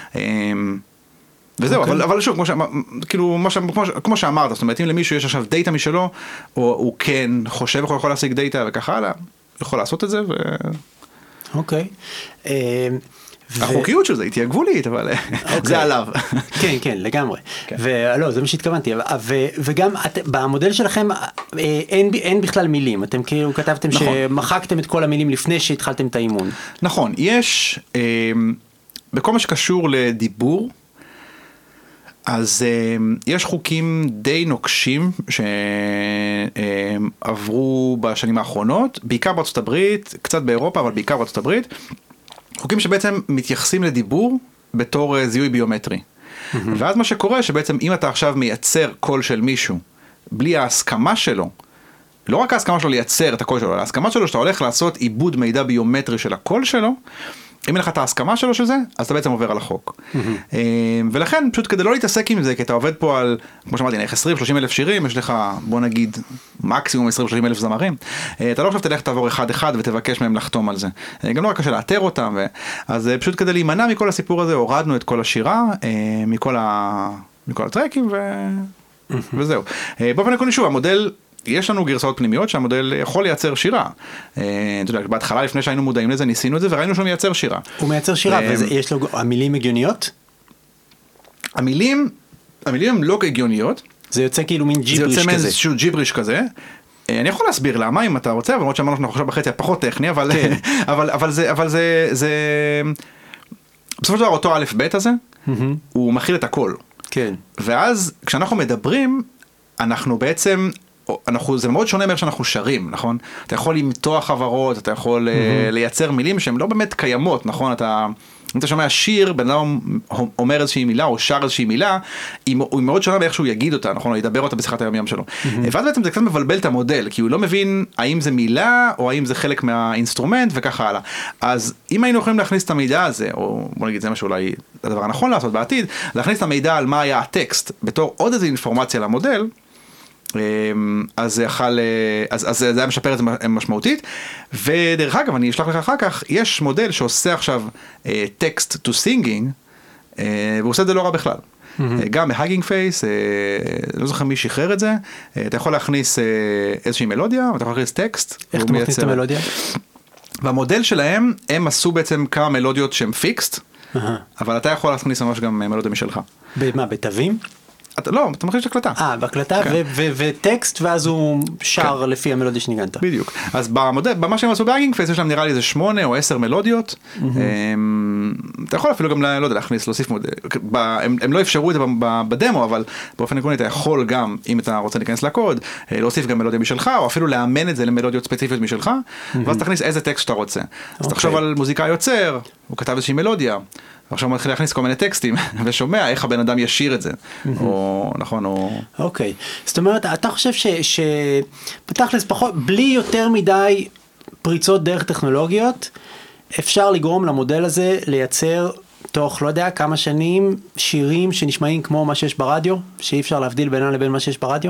וזהו, אבל שוב, כמו שאמרת, זאת אומרת, אם למישהו יש עכשיו דאטה משלו, או הוא כן חושב איך הוא יכול להשיג דאטה וככה הלאה, יכול לעשות את זה אוקיי. החוקיות של זה היא תהיה גבולית, אבל זה עליו. כן, כן, לגמרי. ולא, זה מה שהתכוונתי. וגם במודל שלכם אין בכלל מילים. אתם כאילו כתבתם שמחקתם את כל המילים לפני שהתחלתם את האימון. נכון, יש, בכל מה שקשור לדיבור, אז יש חוקים די נוקשים שעברו בשנים האחרונות, בעיקר בארצות הברית, קצת באירופה, אבל בעיקר בארצות הברית, חוקים שבעצם מתייחסים לדיבור בתור זיהוי ביומטרי. ואז מה שקורה שבעצם אם אתה עכשיו מייצר קול של מישהו, בלי ההסכמה שלו, לא רק ההסכמה שלו לייצר את הקול שלו, אלא ההסכמה שלו שאתה הולך לעשות עיבוד מידע ביומטרי של הקול שלו, אם אין לך את ההסכמה שלו של זה, אז אתה בעצם עובר על החוק. ולכן, פשוט כדי לא להתעסק עם זה, כי אתה עובד פה על, כמו שאמרתי, 20-30 אלף שירים, יש לך, בוא נגיד, מקסימום 20-30 אלף זמרים, אתה לא עכשיו תלך תעבור אחד ותבקש מהם לחתום על זה. גם לא רק קשה לאתר אותם, אז פשוט כדי להימנע מכל הסיפור הזה, הורדנו את כל השירה, מכל הטרקים, וזהו. באופן עקרוני שוב, המודל, יש לנו גרסאות פנימיות שהמודל יכול לייצר שירה. אתה יודע, בהתחלה לפני שהיינו מודעים לזה, ניסינו את זה וראינו שהוא מייצר שירה. הוא מייצר שירה, ויש לו המילים הגיוניות? המילים הם לא הגיוניות. זה יוצא כאילו מין ג'יבריש כזה. זה יוצא מאיזשהו ג'יבריש כזה. אני יכול להסביר למה אם אתה רוצה, אבל למרות שאמרנו שאנחנו עכשיו בחצי הפחות טכני, אבל זה בסופו של דבר אותו א' ב' הזה, הוא מכיל את הכל. כן. ואז כשאנחנו מדברים, אנחנו בעצם, זה מאוד שונה מאיך שאנחנו שרים, נכון? אתה יכול למתוח חברות, אתה יכול לייצר מילים שהן לא באמת קיימות, נכון? אם אתה שומע שיר, בן אדם אומר איזושהי מילה, או שר איזושהי מילה, היא מאוד שונה באיך שהוא יגיד אותה, נכון? הוא ידבר אותה בשיחת היום שלו. ואז בעצם זה קצת מבלבל את המודל, כי הוא לא מבין האם זה מילה, או האם זה חלק מהאינסטרומנט, וככה הלאה. אז אם היינו יכולים להכניס את המידע הזה, או בוא נגיד, זה מה שאולי הדבר הנכון לעשות בעתיד, להכניס את המידע על מה היה הטקסט, בתור עוד איזו אינפורמציה למודל, אז זה היה משפר את זה משמעותית. ודרך אגב, אני אשלח לך אחר כך, יש מודל שעושה עכשיו text to singing, והוא עושה את זה לא רע בכלל. גם בהאגינג פייס, לא זוכר מי שחרר את זה, אתה יכול להכניס איזושהי מלודיה, אתה יכול להכניס טקסט. איך אתה מכניס את המלודיה? והמודל שלהם, הם עשו בעצם כמה מלודיות שהן פיקסט, אבל אתה יכול להכניס ממש גם מלודיה משלך. במה, בתווים? לא, אתה מכניס הקלטה. בהקלטה וטקסט, ואז הוא שר לפי המלודיה שניגנת. בדיוק. אז במה שהם עשו בהאגינג פייס, יש להם נראה לי איזה 8 או 10 מלודיות. אתה יכול אפילו גם, לא יודע, להכניס, להוסיף מודל. הם לא אפשרו את זה בדמו, אבל באופן עקרוני אתה יכול גם, אם אתה רוצה להיכנס לקוד, להוסיף גם מלודיה משלך, או אפילו לאמן את זה למלודיות ספציפיות משלך, ואז תכניס איזה טקסט שאתה רוצה. אז תחשוב על מוזיקאי יוצר, הוא כתב איזושהי מלודיה, ועכשיו הוא מתחיל להכניס כל מיני טקסטים, ושומע איך הבן אדם ישיר את זה, או נכון, או... אוקיי, זאת אומרת, אתה חושב שבתכלס פחות, בלי יותר מדי פריצות דרך טכנולוגיות, אפשר לגרום למודל הזה לייצר תוך, לא יודע, כמה שנים, שירים שנשמעים כמו מה שיש ברדיו, שאי אפשר להבדיל בינם לבין מה שיש ברדיו?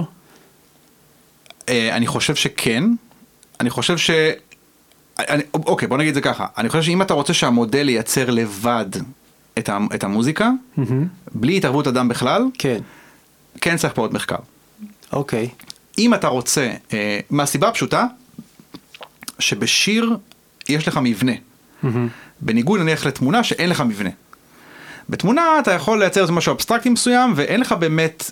אני חושב שכן, אני חושב אוקיי, בוא נגיד זה ככה, אני חושב שאם אתה רוצה שהמודל ייצר לבד את המוזיקה, בלי התערבות אדם בכלל, כן צריך פה עוד מחקר. אוקיי. אם אתה רוצה, מהסיבה הפשוטה, שבשיר יש לך מבנה. בניגוד נניח לתמונה שאין לך מבנה. בתמונה אתה יכול לייצר איזה משהו אבסטרקטי מסוים, ואין לך באמת...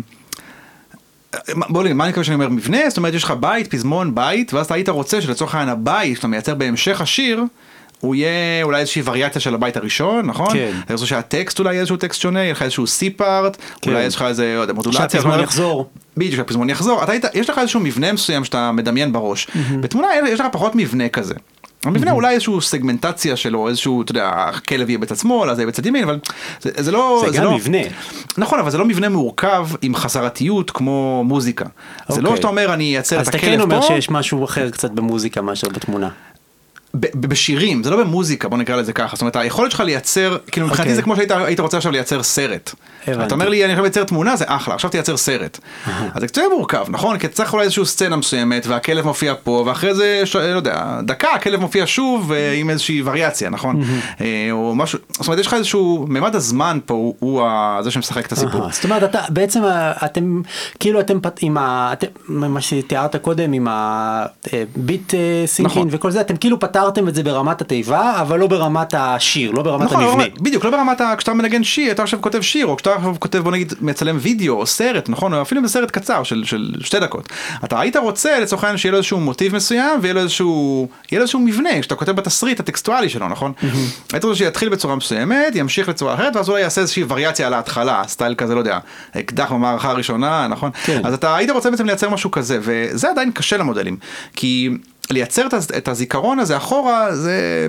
בוא נגיד, מה אני מקווה שאני אומר מבנה? זאת אומרת, יש לך בית, פזמון, בית, ואז אתה היית רוצה שלצורך העניין הבית, שאתה מייצר בהמשך השיר, הוא יהיה אולי איזושהי וריאציה של הבית הראשון, נכון? כן. אני חושב שהטקסט אולי יהיה איזשהו טקסט שונה, יהיה לך איזשהו C-part, אולי יש לך איזה מודולציה. שהפזמון יחזור. בדיוק, שהפזמון יחזור. יש לך איזשהו מבנה מסוים שאתה מדמיין בראש. בתמונה יש לך פחות מבנה כזה. המבנה אולי איזשהו סגמנטציה שלו, איזשהו, אתה יודע, הכלב יהיה בצד שמאל, אז יהיה בצד ימין, אבל זה לא... זה גם מבנה. נכון, אבל זה לא מבנה מורכב עם חזרתיות כמו מוזיקה. זה לא שאתה אומר, אני אייצר את הכלב פה... אז אתה כן אומר שיש משהו אחר קצת במוזיקה מאשר בתמונה. בשירים, זה לא במוזיקה, בוא נקרא לזה ככה. זאת אומרת, היכולת שלך לייצר, כאילו מבחינתי זה כמו שהיית רוצה עכשיו לייצר סרט. אתה אומר לי, אני עכשיו לייצר תמונה, זה אחלה, עכשיו תייצר סרט. אז זה קצת מורכב, נכון? כי צריך אולי איזושהי סצנה מסוימת, והכלב מופיע פה, ואחרי זה, לא יודע, דקה, הכלב מופיע שוב, עם איזושהי וריאציה, נכון? או משהו, זאת אומרת, יש לך איזשהו, ממד הזמן פה, הוא זה שמשחק את הסיפור. זאת אומרת, בעצם אתם, כאילו אתם, מה שתיארת קודם, עם הביט סינקין וכל זה, אתם כאילו פתרתם את זה ברמת התיבה, אבל לא ברמת השיר, לא ברמת המבנה. בדיוק, לא ברמת, כשאתה מנגן שיר, אתה עכשיו כותב שיר, או כשאתה עכשיו כותב, בוא נגיד, מצלם וידאו, או סרט, נכון? או אפילו בסרט קצר של 2 דקות. אתה היית רוצה, לצורך העניין, שיהיה לו איזשהו מוטיב מסוים, ויהיה לו איזשהו מבנה, כשאתה כותב בתסריט הטקסטואלי שלו, נכון? היית רוצה שיתחיל בצורה מסוימת, ימשיך לצורה אחרת, ואז אולי יעשה איזושהי וריאציה על ההתחלה, סטייל כזה, לא יודע, אקדח במערכה הראשונה, נכון? אז אתה היית רוצה בעצם לייצר משהו כזה, וזה עדיין קשה למודלים, כי לייצר את הזיכרון הזה אחורה, זה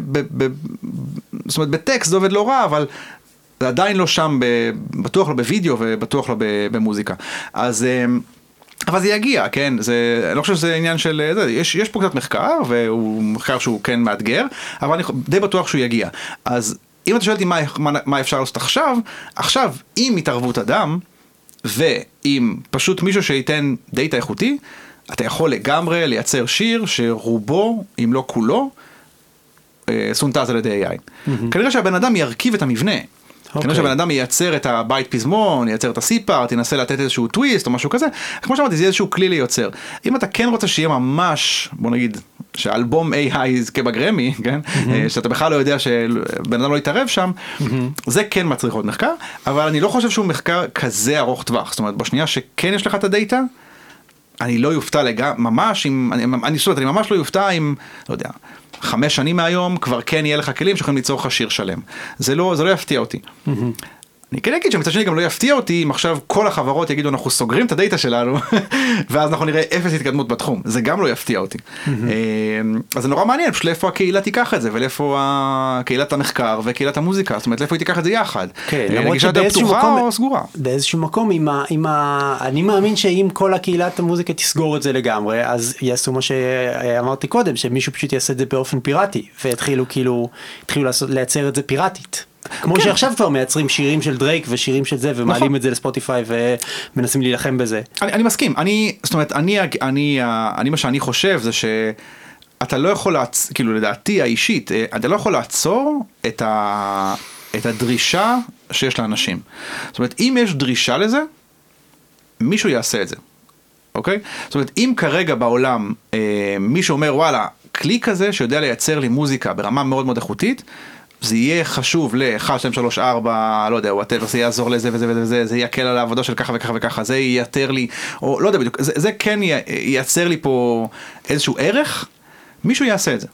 זאת אומרת, בטקסט זה עובד לא רע, אבל זה עדיין לא שם, בטוח לא בווידאו ובטוח לא במוזיקה. אז, אבל זה יגיע, כן? אני לא חושב שזה עניין של, יש פה קצת מחקר, והוא מחקר שהוא כן מאתגר, אבל אני די בטוח שהוא יגיע. אז אם אתה שואל אותי מה אפשר לעשות עכשיו, עם התערבות אדם, ועם פשוט מישהו שייתן דאטה איכותי, אתה יכול לגמרי לייצר שיר שרובו, אם לא כולו, סונטז על ידי AI. כנראה שהבן אדם ירכיב את המבנה. כנראה שהבן אדם ייצר את הבית פזמון, ייצר את הסיפארט, ינסה לתת איזשהו טוויסט או משהו כזה. כמו שאמרתי, זה איזשהו כלי ליוצר. אם אתה כן רוצה שיהיה ממש, בוא נגיד, שאלבום AI יזכה בגרמי, כן? שאתה בכלל לא יודע שבן אדם לא יתערב שם, זה כן מצריך עוד מחקר, אבל אני לא חושב שהוא מחקר כזה ארוך טווח. זאת אומרת, בשנייה שכן יש לך את הדאטה, אני לא יופתע ממש, אני ממש לא יופתע אם, לא יודע, 5 שנים מהיום כבר כן יהיה לך כלים שיכולים ליצור לך שיר שלם. זה לא יפתיע אותי. אני כן אגיד שמצד שני גם לא יפתיע אותי אם עכשיו כל החברות יגידו אנחנו סוגרים את הדאטה שלנו ואז אנחנו נראה 0 התקדמות בתחום, זה גם לא יפתיע אותי. אז זה נורא מעניין פשוט לאיפה הקהילה תיקח את זה ולאיפה קהילת המחקר וקהילת המוזיקה, זאת אומרת לאיפה היא תיקח את זה יחד. למרות שבאיזשהו מקום אני מאמין שאם כל הקהילת המוזיקה תסגור את זה לגמרי אז יעשו מה שאמרתי קודם, שמישהו פשוט יעשה את זה באופן פיראטי ויתחילו לייצר את זה פיראטית. כמו שעכשיו כבר מייצרים שירים של דרייק ושירים של זה ומעלים את זה לספוטיפיי ומנסים להילחם בזה. אני מסכים, זאת אומרת, מה שאני חושב זה שאתה לא יכול, כאילו לדעתי האישית, אתה לא יכול לעצור את הדרישה שיש לאנשים. זאת אומרת, אם יש דרישה לזה, מישהו יעשה את זה. אוקיי? זאת אומרת, אם כרגע בעולם מישהו אומר, וואלה, כלי כזה שיודע לייצר לי מוזיקה ברמה מאוד מאוד איכותית, זה יהיה חשוב ל-1, 2, 3, 4, לא יודע, whatever, זה יעזור לזה וזה וזה, זה יקל על העבודה של ככה וככה וככה, זה ייתר לי, או לא יודע בדיוק, זה כן ייצר לי פה איזשהו ערך, מישהו יעשה את זה.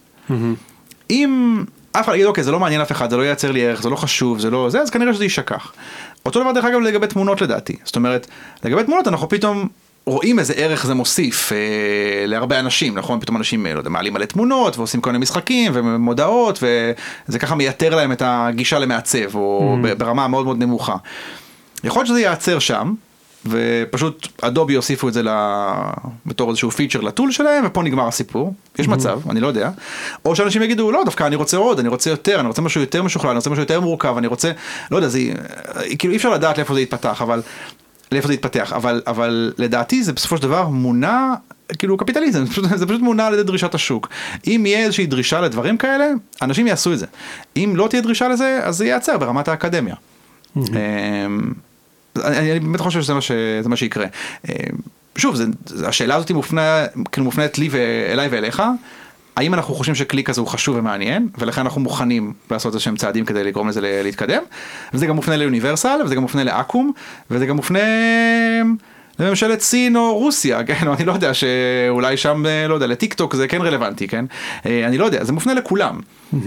אם אף אחד יגיד, אוקיי, זה לא מעניין אף אחד, זה לא ייצר לי ערך, זה לא חשוב, זה לא זה, אז כנראה שזה יישכח. אותו דבר דרך אגב לגבי תמונות לדעתי, זאת אומרת, לגבי תמונות אנחנו פתאום רואים איזה ערך זה מוסיף להרבה אנשים, נכון? פתאום אנשים לא יודע, מעלים מלא תמונות ועושים כל מיני משחקים ומודעות וזה ככה מייתר להם את הגישה למעצב או ברמה מאוד מאוד נמוכה. יכול להיות שזה ייעצר שם ופשוט אדובי יוסיפו את זה בתור איזשהו פיצ'ר לטול שלהם ופה נגמר הסיפור, יש מצב, אני לא יודע, או שאנשים יגידו לא דווקא אני רוצה עוד, אני רוצה יותר, אני רוצה משהו יותר משוכלל, אני רוצה משהו יותר מורכב, אני רוצה, לא יודע, כאילו אי אפשר לדעת לאיפה זה יתפתח, לאיפה זה יתפתח, אבל לדעתי זה בסופו של דבר מונע, כאילו קפיטליזם, זה פשוט מונע על ידי דרישת השוק. אם יהיה איזושהי דרישה לדברים כאלה, אנשים יעשו את זה. אם לא תהיה דרישה לזה, אז זה ייעצר ברמת האקדמיה. אני באמת חושב שזה מה שיקרה. שוב, השאלה הזאת מופנית לי ואליי ואליך, האם אנחנו חושבים שכלי כזה הוא חשוב ומעניין, ולכן אנחנו מוכנים לעשות איזה שהם צעדים כדי לגרום לזה להתקדם, וזה גם מופנה לאוניברסל, וזה גם מופנה לאקום, וזה גם מופנה לממשלת סין או רוסיה, כן? אני לא יודע שאולי שם, לא יודע, לטיק טוק זה כן רלוונטי, כן? אני לא יודע, זה מופנה לכולם.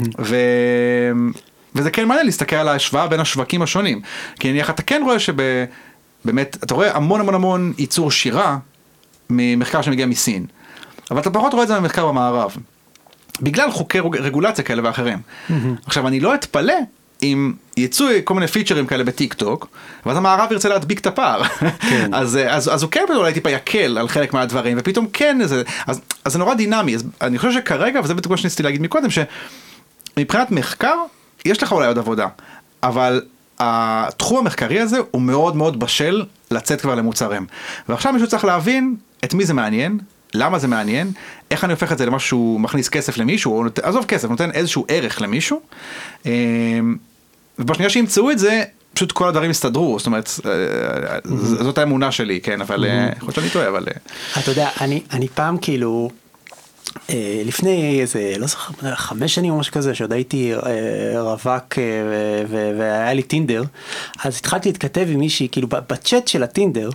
וזה כן מעניין להסתכל על ההשוואה בין השווקים השונים, כי נניח אתה כן רואה שבאמת, אתה רואה המון המון המון ייצור שירה ממחקר שמגיע מסין, אבל אתה פחות רואה את זה במחקר במערב. בגלל חוקי רגולציה כאלה ואחרים. עכשיו, אני לא אתפלא אם יצאו כל מיני פיצ'רים כאלה בטיק טוק, ואז המערב ירצה להדביק את הפער. אז הוא כן פתאום אולי טיפה יקל על חלק מהדברים, ופתאום כן, אז זה נורא דינמי. אז אני חושב שכרגע, וזה בדיוק מה שניסיתי להגיד מקודם, שמבחינת מחקר, יש לך אולי עוד עבודה, אבל התחום המחקרי הזה הוא מאוד מאוד בשל לצאת כבר למוצרים. ועכשיו מישהו צריך להבין את מי זה מעניין, למה זה מעניין, איך אני הופך את זה למשהו מכניס כסף למישהו, או עזוב כסף, נותן איזשהו ערך למישהו, ובשנייה שימצאו את זה, פשוט כל הדברים יסתדרו, זאת אומרת, זאת האמונה שלי, כן, אבל יכול להיות שאני טועה, אבל... אתה יודע, אני פעם כאילו... לפני איזה, לא זוכר, 5 שנים או משהו כזה, שעוד הייתי רווק והיה לי טינדר, אז התחלתי להתכתב עם מישהי, כאילו בצ'אט של הטינדר,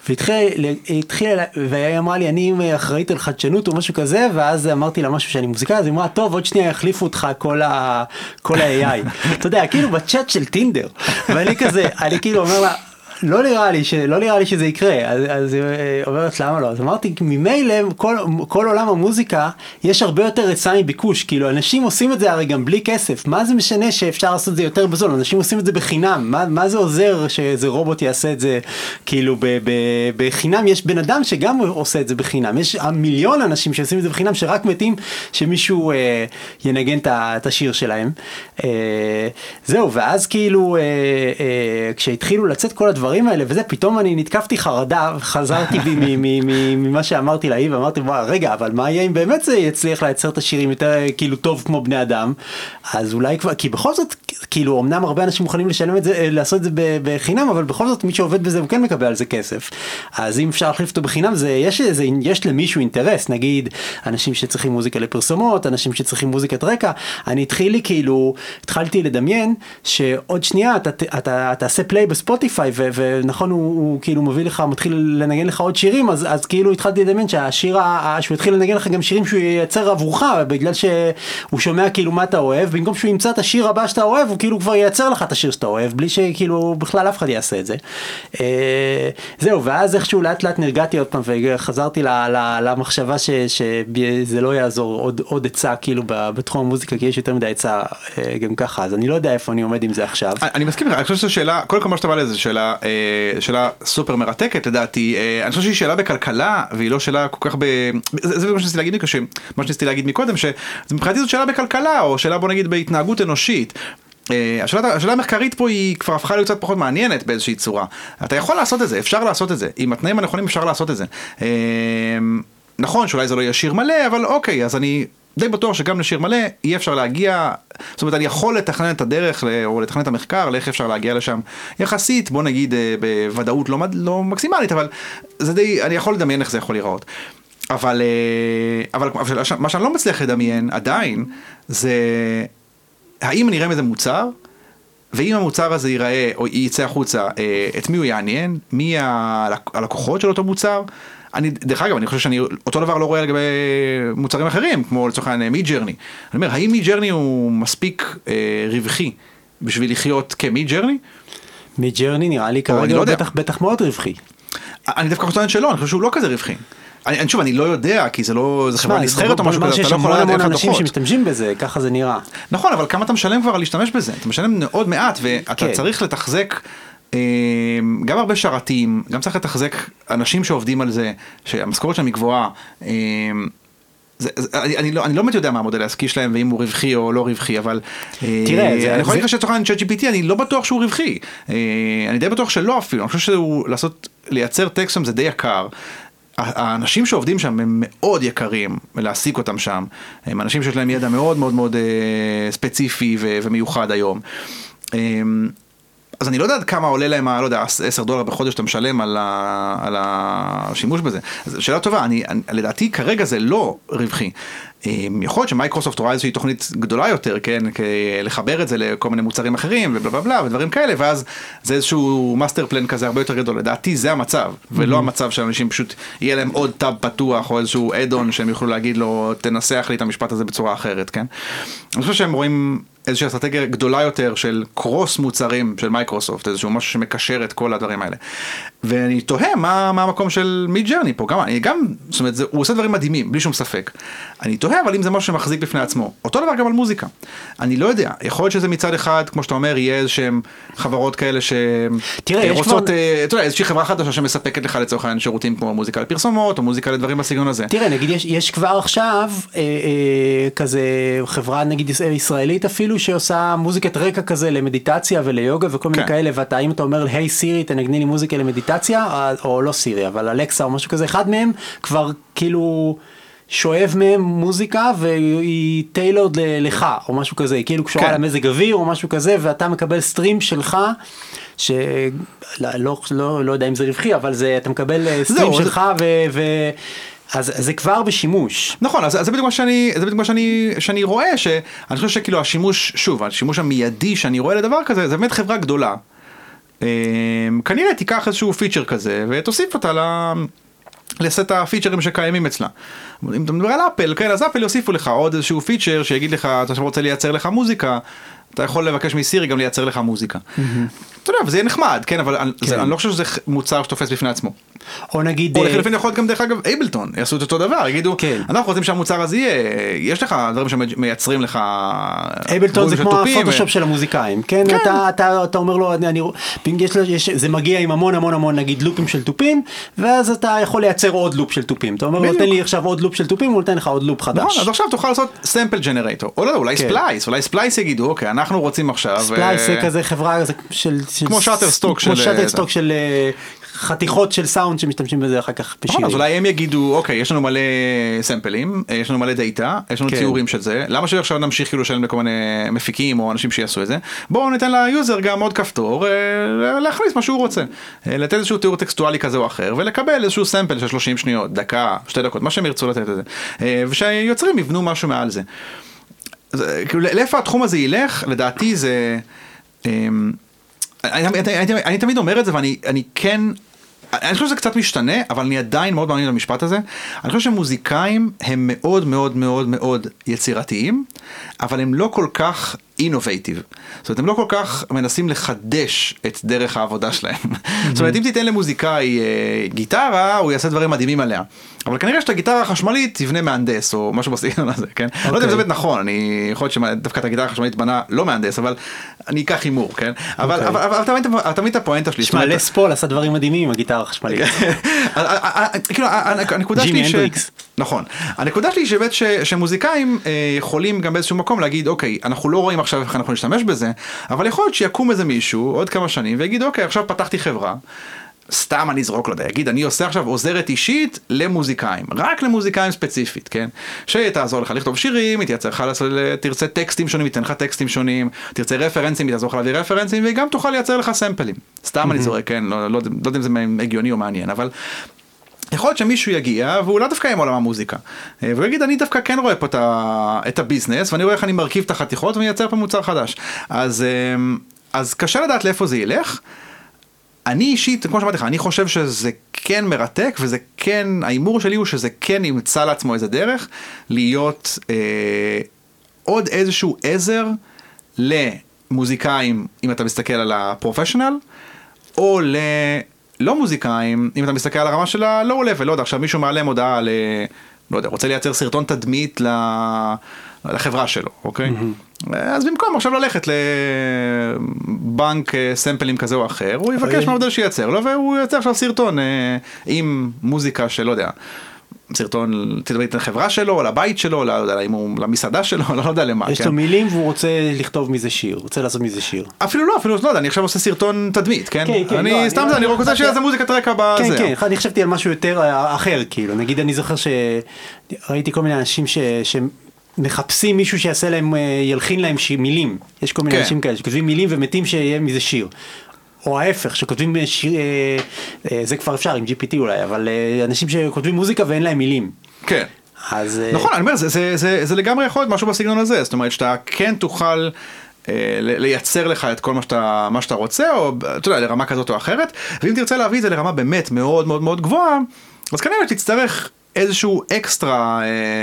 והיא אמרה לי, אני אחראית על חדשנות או משהו כזה, ואז אמרתי לה משהו שאני מוזיקה, אז היא אמרה, טוב, עוד שנייה יחליפו אותך כל ה-AI. אתה יודע, כאילו בצ'אט של טינדר, ואני כזה, אני כאילו אומר לה, לא נראה לי שזה יקרה, אז היא אומרת למה לא, אז אמרתי, ממילא כל עולם המוזיקה, יש הרבה יותר היצע מביקוש, כאילו אנשים עושים את זה הרי גם בלי כסף, מה זה משנה שאפשר לעשות את זה יותר בזול, אנשים עושים את זה בחינם, מה זה עוזר שאיזה רובוט יעשה את זה, כאילו בחינם, יש בן אדם שגם עושה את זה בחינם, יש 1,000,000 אנשים שעושים את זה בחינם, שרק מתים שמישהו ינגן את השיר שלהם, זהו, ואז כאילו, כשהתחילו לצאת כל הדברים האלה, וזה, פתאום אני נתקפתי חרדה, חזרתי בי ממה שאמרתי לה, ואמרתי, רגע, אבל מה יהיה אם באמת זה יצליח לייצר את השירים יותר, כאילו, טוב כמו בני אדם, אז אולי כבר, כי בכל זאת, כאילו, אמנם הרבה אנשים מוכנים לשלם את זה, לעשות את זה בחינם, אבל בכל זאת, מי שעובד בזה, הוא כן מקבל על זה כסף. אז אם אפשר להחליף אותו בחינם, יש למישהו אינטרס, נגיד, אנשים שצריכים מוזיקה לפרסומות, אנשים שצריכים מוזיקת רקע, התחלתי לדמיין, שעוד שנייה, אתה תעשה פליי בספוטיפיי, ונכון הוא כאילו מביא לך, מתחיל לנגן לך עוד שירים, אז כאילו התחלתי לדמיין שהשיר, שהוא התחיל לנגן לך גם שירים שהוא ייצר עבורך, בגלל שהוא שומע כאילו מה אתה אוהב, במקום שהוא ימצא את השיר הבא שאתה אוהב, הוא כאילו כבר ייצר לך את השיר שאתה אוהב, בלי שכאילו בכלל אף אחד יעשה את זה. זהו, ואז איכשהו לאט לאט נרגעתי עוד פעם, וחזרתי למחשבה שזה לא יעזור עוד עצה כאילו בתחום המוזיקה, כי יש יותר מדי עצה גם ככה, אז אני לא יודע איפה אני עומד עם זה עכשיו. אני מסכים לך, אני חושב שזו שאלה, כל מה שאתה בא לזה, שאלה סופר מרתקת לדעתי, אני חושב שהיא שאלה בכלכלה, והיא לא שאלה כל כך זה מה שניסיתי להגיד מקודם, שמבחינתי זאת שאלה בכלכלה, או שאלה בוא נגיד בהתנהגות אנושית. השאלה המחקרית פה היא כבר הפכה להיות קצת פחות מעניינת באיזושהי צורה. אתה יכול לעשות את זה, אפשר לעשות את זה, עם התנאים הנכונים אפשר לעשות את זה. נכון שאולי זה לא יהיה שיר מלא, אבל אוקיי, אז אני די בטוח שגם לשיר מלא יהיה אפשר להגיע, זאת אומרת אני יכול לתכנן את הדרך או לתכנן את המחקר לאיך אפשר להגיע לשם יחסית, בוא נגיד בוודאות לא מקסימלית, אבל זה די, אני יכול לדמיין איך זה יכול להיראות. אבל מה שאני לא מצליח לדמיין עדיין זה האם נראה מזה מוצר, ואם המוצר הזה ייראה או יצא החוצה, את מי הוא יעניין, מי הלקוחות של אותו מוצר. דרך אגב, אני חושב שאני אותו דבר לא רואה לגבי מוצרים אחרים, כמו לצורך העניין מי ג'רני. אני אומר, האם מי ג'רני הוא מספיק רווחי בשביל לחיות כמי ג'רני? מי ג'רני נראה לי כרגע בטח מאוד רווחי. אני דווקא חושב שלא, אני חושב שהוא לא כזה רווחי. שוב, אני לא יודע, כי זה חברה נסחרת או משהו כזה, אתה לא יכול לדעת איך הדוחות. אנשים שמשתמשים בזה, ככה זה נראה. נכון, אבל כמה אתה משלם כבר על להשתמש בזה? אתה משלם מאוד מעט, ואתה צריך לתחזק גם הרבה שרתים, גם צריך לתחזק אנשים שעובדים על זה, שהמשכורת שלהם היא גבוהה. אני לא באמת יודע מה המודל העסקי שלהם, ואם הוא רווחי או לא רווחי, אבל אני יכול להגיד לך שתוכן ChatGPT, אני לא בטוח שהוא רווחי. אני די בטוח שלא אפילו, אני חושב לייצר טקסט שם זה די יקר. האנשים שעובדים שם הם מאוד יקרים להעסיק אותם שם, הם אנשים שיש להם ידע מאוד מאוד מאוד ספציפי ומיוחד היום. אז אני לא יודע כמה עולה להם, לא יודע, $10 בחודש אתה משלם על השימוש בזה. אז שאלה טובה, לדעתי כרגע זה לא רווחי. יכול להיות שמייקרוסופט רואה איזושהי תוכנית גדולה יותר, כן, לחבר את זה לכל מיני מוצרים אחרים ובלה בלה בלה ודברים כאלה, ואז זה איזשהו מאסטר פלן כזה הרבה יותר גדול. לדעתי זה המצב, ולא המצב שאנשים פשוט יהיה להם עוד טאב פתוח או איזשהו אדון שהם יוכלו להגיד לו, תנסח לי את המשפט הזה בצורה אחרת, כן. אני חושב שהם רואים איזושהי אסטרטגיה גדולה יותר של קרוס מוצרים של מייקרוסופט, איזשהו משהו שמקשר את כל הדברים האלה. ואני תוהה מה המקום של מי ג'רני פה, זאת אומרת, הוא עושה דברים מדהימים, בלי שום ספק. אני תוהה, אבל אם זה משהו שמחזיק בפני עצמו. אותו דבר גם על מוזיקה. אני לא יודע, יכול להיות שזה מצד אחד, כמו שאתה אומר, יהיה איזשהם חברות כאלה שרוצות, אתה יודע, איזושהי חברה חדשה שמספקת לך לצורך העניין שירותים כמו מוזיקה לפרסומות, או מוזיקה לדברים בסגנון הזה. תראה, נגיד, יש כבר עכשיו כזה חברה, נגיד, ישראלית אפילו, שעושה מוזיקת רקע כזה למדיטציה וליוגה וכל מיני כאלה, ואתה, אם אתה אומר, היי סירי, תנגני לי מוזיקה למדיטציה, או לא סירי, אבל אלקסה או משהו כזה, אחד מהם כבר כאילו שואב מהם מוזיקה והיא טיילורד לך או משהו כזה, היא כאילו קשורה למזג אוויר או משהו כזה, ואתה מקבל סטרים שלך לא יודע אם זה רווחי, אבל אתה מקבל סטרים שלך אז זה כבר בשימוש. נכון, אז זה בדיוק מה שאני רואה, שאני חושב שכאילו השימוש המיידי שאני רואה לדבר כזה, זה באמת חברה גדולה. כנראה תיקח איזשהו פיצ'ר כזה ותוסיף אותה לסט הפיצ'רים שקיימים אצלה. אם אתה מדבר על אפל, כן, אז אפל יוסיפו לך עוד איזשהו פיצ'ר שיגיד לך, אתה רוצה לייצר לך מוזיקה, אתה יכול לבקש מסירי גם לייצר לך מוזיקה. אתה יודע, וזה יהיה נחמד, כן, אבל אני לא חושב שזה מוצר שתופס בפני עצמו. או נגיד... או לחלופין יכול להיות גם דרך אגב אייבלטון, יעשו את אותו דבר, יגידו, אנחנו רוצים שהמוצר הזה יהיה, יש לך דברים שמייצרים לך... אייבלטון זה כמו הפוטושופ של המוזיקאים, כן? אתה אומר לו, זה מגיע עם המון המון המון, נגיד, לופים של טופים, ואז אתה יכול לייצר עוד לופ של טופים. אתה אומר לו, תן לי עכשיו עוד לופ של טופים, הוא נותן לך עוד לופ חדש. אז עכשיו תוכל לעשות סמפל ג'נרטור, או לא, אולי ספלייס יגידו, אוקיי, אנחנו רוצים עכשיו... ספלייס זה כזה חברה כמו שטרסטוק של חתיכות של סאונד שמשתמשים בזה אחר כך בשירים. אז אולי הם יגידו, אוקיי, יש לנו מלא סמפלים, יש לנו מלא דאטה, יש לנו ציורים של זה, למה שעכשיו נמשיך כאילו לשלם לכל מיני מפיקים או אנשים שיעשו את זה? בואו ניתן ליוזר גם עוד כפתור, להכניס מה שהוא רוצה, לתת איזשהו תיאור טקסטואלי כזה או אחר, ולקבל איזשהו סמפל של 30 שניות, דקה, 2 דקות, מה שהם ירצו לתת את זה, ושהיוצרים יבנו משהו מעל זה. כאילו, לאיפה התחום הזה ילך? לדעתי זה... אני תמיד אומר את זה, ואני כן, אני חושב שזה קצת משתנה, אבל אני עדיין מאוד מאמין למשפט הזה. אני חושב שמוזיקאים הם מאוד מאוד מאוד מאוד יצירתיים, אבל הם לא כל כך אינובייטיב. זאת אומרת, הם לא כל כך מנסים לחדש את דרך העבודה שלהם. זאת אומרת, אם תיתן למוזיקאי גיטרה, הוא יעשה דברים מדהימים עליה. אבל כנראה שאת הגיטרה החשמלית תבנה מהנדס, או משהו בסגנון הזה, כן? לא יודע אם זה באמת נכון, אני יכול להיות שדווקא את הגיטרה החשמלית בנה לא מהנדס, אבל אני אקח הימור, כן? אבל תמיד הפואנטה שלי. שמע, לס פול עשה דברים מדהימים עם הגיטרה החשמלית. כאילו, הנקודה שלי נכון. הנקודה שלי שבאמת שמוזיקאים יכולים גם באיזשהו מקום להגיד, אוקיי, אנחנו לא רואים עכשיו איך אנחנו נשתמש בזה, אבל יכול להיות שיקום איזה מישהו עוד כמה שנים ויגיד, אוקיי, עכשיו פתחתי חברה, סתם אני אזרוק לו, יגיד, אני עושה עכשיו עוזרת אישית למוזיקאים, רק למוזיקאים ספציפית, כן? שתעזור לך לכתוב שירים, היא תייצר לך, תרצה טקסטים שונים, ייתן לך טקסטים שונים, תרצה רפרנסים, היא תעזור לך להביא רפרנסים, והיא גם תוכל לייצר לך סמפלים. סתם אני זורק, כן? לא יודע אם זה הגיוני או מעניין, אבל יכול להיות שמישהו יגיע, והוא לא דווקא עם עולם המוזיקה, והוא יגיד, אני דווקא כן רואה פה את הביזנס, ואני רואה איך אני מרכיב את החתיכות, ואני אייצר פה מוצר חדש. אז קשה לדעת לאיפה זה ילך. אני אישית, כמו שאמרתי לך, אני חושב שזה כן מרתק, וזה כן, האימור שלי הוא שזה כן ימצא לעצמו איזה דרך, להיות עוד איזשהו עזר למוזיקאים, אם אתה מסתכל על הפרופשיונל, או לא מוזיקאים, אם אתה מסתכל על הרמה של הלואו לבל, לא יודע, עכשיו מישהו מעלה מודעה לא יודע, רוצה לייצר סרטון תדמית לחברה שלו, אוקיי? אז במקום עכשיו ללכת לבנק סמפלים כזה או אחר, הוא יבקש מהמודל שייצר לו, והוא ייצר עכשיו סרטון עם מוזיקה של, לא יודע, סרטון תדמית לחברה שלו, או לבית שלו, למסעדה שלו, לא יודע למה. יש לו מילים והוא רוצה לכתוב מזה שיר, רוצה לעשות מזה שיר. אפילו לא יודע, אני עכשיו עושה סרטון תדמית, כן? אני סתם זה, אני רוצה שיהיה איזה מוזיקת רקע בזה. כן, אני חשבתי על משהו יותר אחר, כאילו, נגיד אני זוכר שראיתי כל מיני אנשים מחפשים מישהו שיעשה להם, ילחין להם מילים. יש כל מיני אנשים כאלה שכותבים מילים ומתים שיהיה מזה שיר. או ההפך, שכותבים שיר, זה כבר אפשר עם GPT אולי, אבל אנשים שכותבים מוזיקה ואין להם מילים. כן. אז נכון, אני אומר, זה לגמרי יכול להיות משהו בסגנון הזה, זאת אומרת שאתה כן תוכל לייצר לך את כל מה שאתה רוצה, או אתה יודע, לרמה כזאת או אחרת, ואם תרצה להביא את זה לרמה באמת מאוד מאוד מאוד גבוהה, אז כנראה תצטרך איזשהו אקסטרה,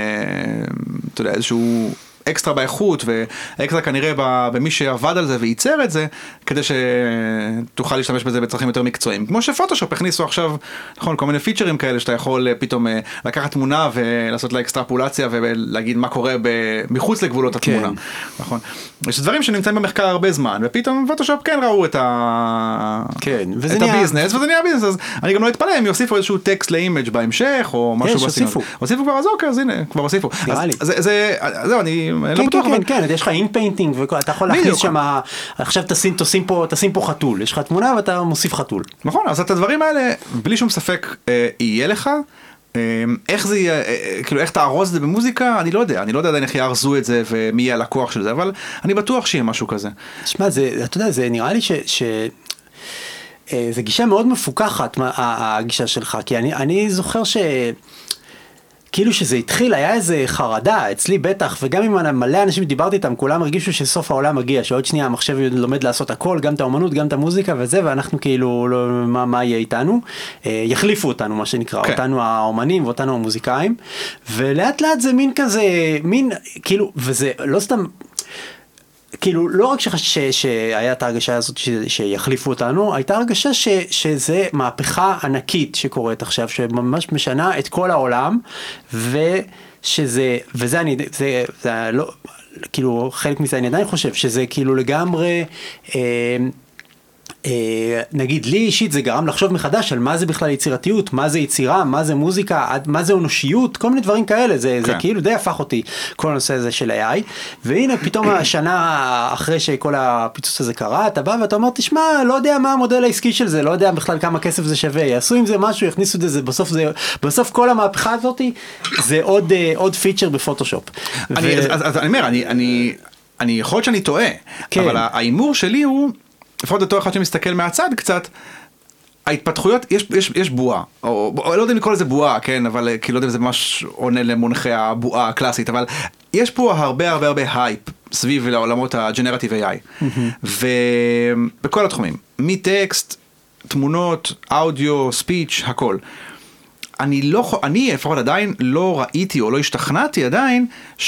אתה יודע, איזשהו אקסטרה באיכות, ואקסטרה כנראה במי שעבד על זה וייצר את זה, כדי שתוכל להשתמש בזה בצרכים יותר מקצועיים. כמו שפוטושופ הכניסו עכשיו, נכון, כל מיני פיצ'רים כאלה, שאתה יכול פתאום לקחת תמונה ולעשות לה אקסטרפולציה, ולהגיד מה קורה מחוץ לגבולות התמונה. נכון. יש דברים שנמצאים במחקר הרבה זמן, ופתאום פוטושופ כן ראו את הביזנס, וזה נהיה ביזנס, אז אני גם לא אתפלא, הם יוסיפו איזשהו טקסט לאימג' בהמשך, או משהו בסגנון. הוסיפו כבר, אז אוקיי, אז הנה, כבר הוסיפו. זהו, אני לא בטוח. כן, יש לך אינפיינטינג, ואתה יכול להכניס שם, עכשיו תשים פה חתול, יש לך תמונה ואתה מוסיף חתול. נכון, אז את הדברים האלה, בלי שום ספק, יהיה לך. איך זה יהיה, כאילו איך תארוז את זה במוזיקה, אני לא יודע עדיין איך יארזו את זה ומי יהיה הלקוח של זה, אבל אני בטוח שיהיה משהו כזה. תשמע, אתה יודע, זה נראה לי זה גישה מאוד מפוקחת, הגישה שלך, כי אני זוכר כאילו שזה התחיל, היה איזה חרדה, אצלי בטח, וגם עם מלא אנשים דיברתי איתם, כולם הרגישו שסוף העולם מגיע, שעוד שנייה המחשב לומד לעשות הכל, גם את האומנות, גם את המוזיקה וזה, ואנחנו כאילו, מה יהיה איתנו? יחליפו אותנו, מה שנקרא, אותנו האומנים ואותנו המוזיקאים, ולאט לאט זה מין כזה, כאילו, וזה לא סתם, כאילו, לא רק שהיה את ההרגשה הזאת שיחליפו אותנו, הייתה הרגשה שזה מהפכה ענקית שקורית עכשיו, שממש משנה את כל העולם, וזה לא, כאילו, חלק מזה אני עדיין חושב, שזה כאילו לגמרי, נגיד לי אישית זה גרם לחשוב מחדש על מה זה בכלל יצירתיות, מה זה יצירה, מה זה מוזיקה, מה זה אנושיות, כל מיני דברים כאלה, זה כאילו די הפך אותי כל הנושא הזה של AI, והנה פתאום השנה אחרי שכל הפיצוץ הזה קרה, אתה בא ואתה אומר, תשמע, לא יודע מה המודל העסקי של זה, לא יודע בכלל כמה כסף זה שווה, יעשו עם זה משהו, יכניסו את זה, בסוף כל המהפכה הזאת, זה עוד פיצ'ר בפוטושופ. אז אני אומר, אני יכול להיות שאני טועה, אבל האימור שלי הוא, לפחות אותו אחד שמסתכל מהצד קצת, ההתפתחויות, יש בועה, או לא יודע אם לקרוא לזה בועה, כן, אבל כי לא יודע אם זה ממש עונה למונחי הבועה הקלאסית, אבל יש פה הרבה הייפ סביב לעולמות ה-Generative AI. ובכל התחומים, מטקסט, תמונות, אודיו, ספיץ', הכל. אני לפחות עדיין לא ראיתי או לא השתכנעתי עדיין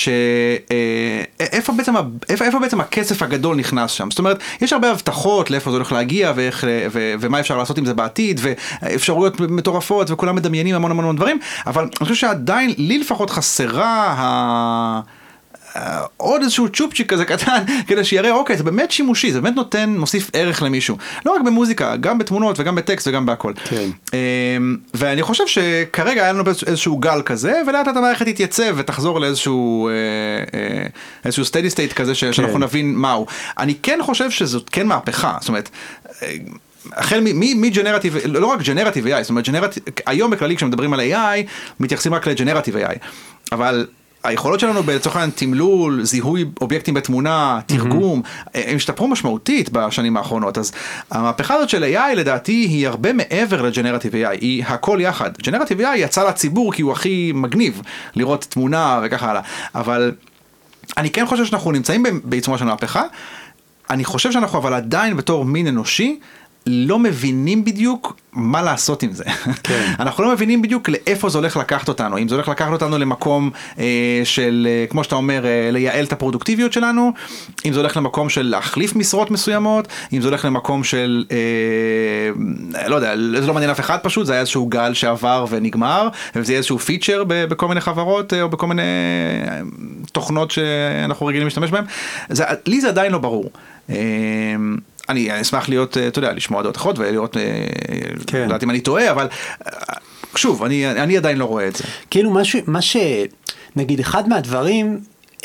איפה בעצם הכסף הגדול נכנס שם. זאת אומרת, יש הרבה הבטחות לאיפה זה הולך להגיע ומה אפשר לעשות עם זה בעתיד ואפשרויות מטורפות וכולם מדמיינים המון המון דברים, אבל אני חושב שעדיין לי לפחות חסרה עוד איזשהו צ'ופצ'יק כזה קטן, כדי שיראה, אוקיי, זה באמת שימושי, זה באמת מוסיף ערך למישהו. לא רק במוזיקה, גם בתמונות וגם בטקסט וגם בהכל. כן. ואני חושב שכרגע היה לנו איזשהו גל כזה, ולאט לאט המערכת תתייצב ותחזור לאיזשהו steady state כזה, שאנחנו נבין מהו. אני כן חושב שזאת כן מהפכה, זאת אומרת, החל מג'נרטיב, לא רק ג'נרטיב AI, זאת אומרת, היום בכללי כשמדברים על AI, מתייחסים רק לג'נרטיב AI, אבל היכולות שלנו לצורך העניין תמלול, זיהוי אובייקטים בתמונה, תרגום, הם השתפרו משמעותית בשנים האחרונות, אז המהפכה הזאת של AI לדעתי היא הרבה מעבר לג'נרטיב AI, היא הכל יחד. ג'נרטיב AI יצא לציבור כי הוא הכי מגניב לראות תמונה וכך הלאה, אבל אני כן חושב שאנחנו נמצאים בעיצומה של מהפכה, אני חושב שאנחנו אבל עדיין בתור מין אנושי, לא מבינים בדיוק מה לעשות עם זה. כן. אנחנו לא מבינים בדיוק לאיפה זה הולך לקחת אותנו. אם זה הולך לקחת אותנו למקום של, כמו שאתה אומר, לייעל את הפרודוקטיביות שלנו, אם זה הולך למקום של להחליף משרות מסוימות, אם זה הולך למקום של, לא יודע, זה לא מעניין אף אחד פשוט, זה היה איזשהו גל שעבר ונגמר, וזה יהיה איזשהו פיצ'ר בכל מיני חברות, או בכל מיני תוכנות שאנחנו רגילים להשתמש בהן. לי זה עדיין לא ברור. אני אשמח להיות, אתה יודע, לשמוע דעות אחרות ולראות, לדעת אם אני טועה, אבל שוב, אני עדיין לא רואה את זה. כאילו נגיד אחד מהדברים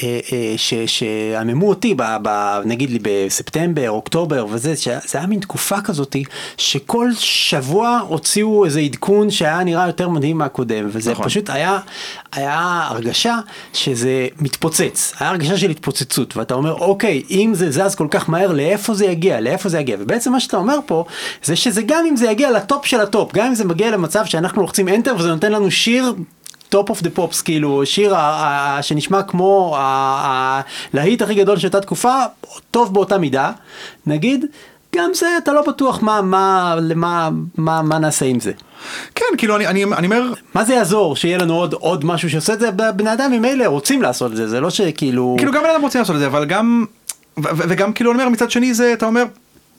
שעממו אותי, נגיד לי בספטמבר, אוקטובר וזה, זה היה מין תקופה כזאת, שכל שבוע הוציאו איזה עדכון שהיה נראה יותר מדהים מהקודם, וזה פשוט היה הרגשה שזה מתפוצץ, היה הרגשה של התפוצצות, ואתה אומר, אוקיי, אם זה זז כל כך מהר, לאיפה זה יגיע, ובעצם מה שאתה אומר פה, זה שזה גם אם זה יגיע לטופ של הטופ, גם אם זה מגיע למצב שאנחנו לוחצים Enter, וזה נותן לנו שיר, טופ אוף דה פופס, כאילו שיר שנשמע כמו הלהיט הכי גדול של אותה תקופה, טוב באותה מידה, נגיד, גם זה אתה לא בטוח מה נעשה עם זה. כן, כאילו אני אומר, מה זה יעזור שיהיה לנו עוד משהו שעושה את זה? בני אדם עם אלה רוצים לעשות את זה, זה לא שכאילו, כאילו גם בני אדם רוצים לעשות את זה, אבל גם, וגם כאילו אני אומר מצד שני זה, אתה אומר,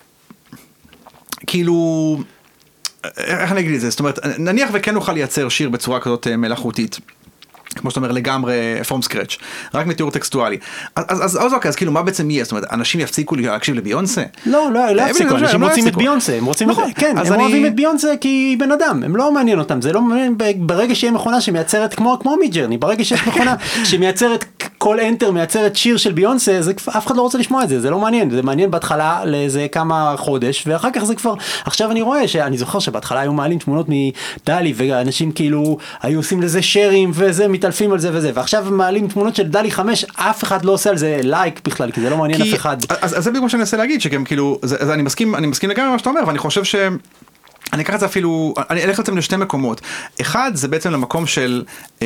כאילו, איך אני אגיד את זה? זאת אומרת, נניח וכן נוכל לייצר שיר בצורה כזאת מלאכותית, כמו שאתה אומר, לגמרי from scratch, רק מתיאור טקסטואלי. אז אוקיי, אז כאילו, מה בעצם יהיה? זאת אומרת, אנשים יפסיקו להקשיב לביונסה? לא יפסיקו, אנשים רוצים את ביונסה, הם אוהבים את ביונסה כי היא בן אדם, הם לא מעניין אותם, זה לא מעניין, ברגע שיהיה מכונה שמייצרת, כמו מידג'רני, ברגע שיש מכונה שמייצרת, כל אנטר מייצרת שיר של ביונסה, אף אחד לא רוצה לשמוע את זה, זה לא מעניין, זה מעניין בהתחלה לאיזה כמה חודש, ואחר כך זה כבר, עכשיו אני רואה שאני זוכר שבהתחלה היו מעלים תמונות מדלי, ואנשים כאילו היו עושים לזה שרים וזה, מתעלפים על זה וזה, ועכשיו מעלים תמונות של דלי 5, אף אחד לא עושה על זה לייק בכלל, כי זה לא מעניין אף אחד. אז זה בדיוק מה שאני אנסה להגיד, שגם כאילו, אני מסכים לגמרי מה שאתה אומר, ואני חושב אני אקח את זה אפילו, אני אלך לצם לשתי מקומות. אחד, זה בעצם למקום של,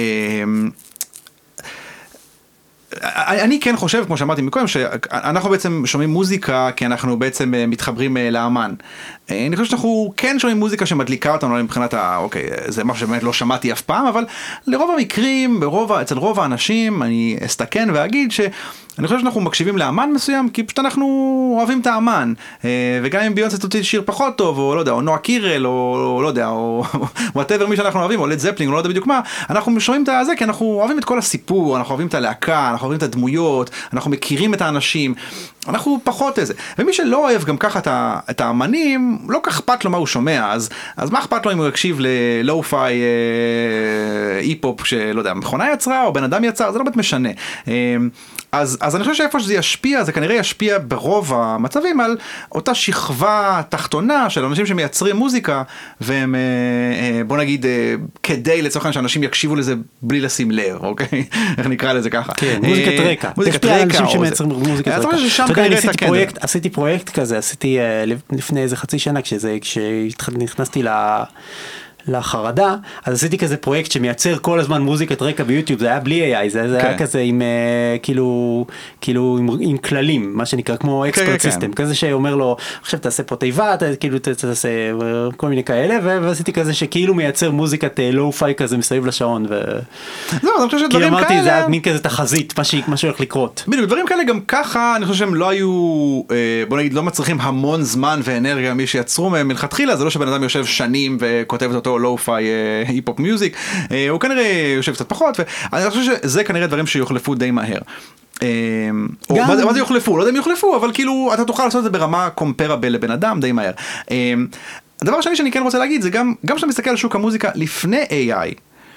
אני כן חושב, כמו שאמרתי מקודם, שאנחנו בעצם שומעים מוזיקה, כי אנחנו בעצם מתחברים לאמן. אני חושב שאנחנו כן שומעים מוזיקה שמדליקה אותנו מבחינת אוקיי, זה משהו שבאמת לא שמעתי אף פעם, אבל לרוב המקרים, אצל רוב האנשים, אני אסתכן ואגיד אני חושב שאנחנו מקשיבים לאמן מסוים, כי פשוט אנחנו אוהבים את האמן, וגם אם ביונסה תוציא שיר פחות טוב, או לא יודע, או נועה קירל, או לא יודע, או whatever מי שאנחנו אוהבים, או לד זפלינג, או לא יודע בדיוק מה, אנחנו שומעים את זה, כי אנחנו אוהבים את כל הסיפור, אנחנו אוהבים את הלהקה, אנחנו אוהבים את הדמויות, אנחנו מכירים את האנשים, אנחנו פחות איזה. ומי שלא אוהב גם ככה את האמנים, לא כך אכפת לו מה הוא שומע, אז מה אכפת לו אם הוא יקשיב ללואו-פיי אי-פופ שלא יודע, מכונה יצרה או בן אדם יצר, זה לא באמת משנה. אז אני חושב שאיפה שזה ישפיע, זה כנראה ישפיע ברוב המצבים על אותה שכבה תחתונה של אנשים שמייצרים מוזיקה, והם, בוא נגיד, כדי לצורך העניין שאנשים יקשיבו לזה בלי לשים לב, אוקיי? איך נקרא לזה ככה? כן, מוזיקת רקע. מוזיקת רקע. אנשים שמייצרים מוזיקת רקע. אתה יודע, עשיתי פרויקט כזה, עשיתי לפני איזה חצי שנה, כשנכנסתי לחרדה, אז עשיתי כזה פרויקט שמייצר כל הזמן מוזיקת רקע ביוטיוב, זה היה בלי AI, זה היה כזה עם, כאילו עם כללים, מה שנקרא, כמו אקספרט סיסטם, כזה שאומר לו, עכשיו תעשה פה תיבה, כאילו תעשה כל מיני כאלה, ועשיתי כזה שכאילו מייצר מוזיקת לואו-פיי כזה מסביב לשעון, כאילו אמרתי, זה היה מין כזה תחזית, מה שהולך לקרות. בדיוק, דברים כאלה גם ככה, אני חושב שהם לא היו, בוא נגיד, לא מצריכים המון זמן ואנרגיה מי שיצרו מהם מלכתחילה, זה לא שבן אדם יושב שנים וכותב את אותו לואו-פיי היפ-הופ מיוזיק, הוא כנראה יושב קצת פחות, ואני חושב שזה כנראה דברים שיוחלפו די מהר. מה זה יוחלפו? לא יודע אם יוחלפו, אבל כאילו אתה תוכל לעשות את זה ברמה קומפרבל לבן אדם די מהר. הדבר השני שאני כן רוצה להגיד, זה גם כשאתה מסתכל על שוק המוזיקה לפני AI,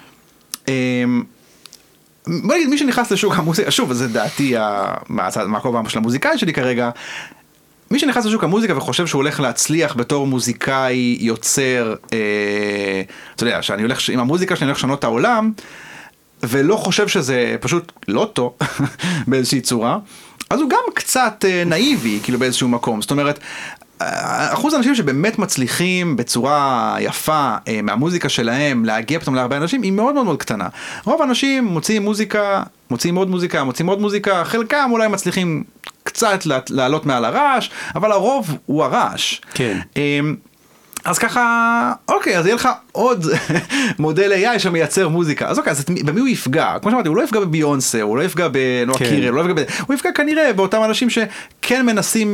בוא נגיד, מי שנכנס לשוק המוזיקה, שוב, זה דעתי מהכובע של המוזיקאי שלי כרגע, מי שנכנס לשוק המוזיקה וחושב שהוא הולך להצליח בתור מוזיקאי יוצר, אתה יודע, שאני הולך, עם המוזיקה שאני הולך לשנות את העולם, ולא חושב שזה פשוט לא טוב באיזושהי צורה, אז הוא גם קצת נאיבי, כאילו באיזשהו מקום. זאת אומרת, אחוז האנשים שבאמת מצליחים בצורה יפה מהמוזיקה שלהם להגיע פתאום להרבה אנשים היא מאוד מאוד מאוד קטנה. רוב האנשים מוציאים מוזיקה, מוציאים עוד מוזיקה, מוציאים עוד מוזיקה, חלקם אולי מצליחים קצת לעלות מעל הרעש, אבל הרוב הוא הרעש. כן. אז ככה, אוקיי, אז יהיה לך עוד מודל AI שמייצר מוזיקה. אז אוקיי, אז במי הוא יפגע? כמו שאמרתי, הוא לא יפגע בביונסה, הוא לא יפגע בנועה קירל, הוא יפגע כנראה באותם אנשים שכן מנסים,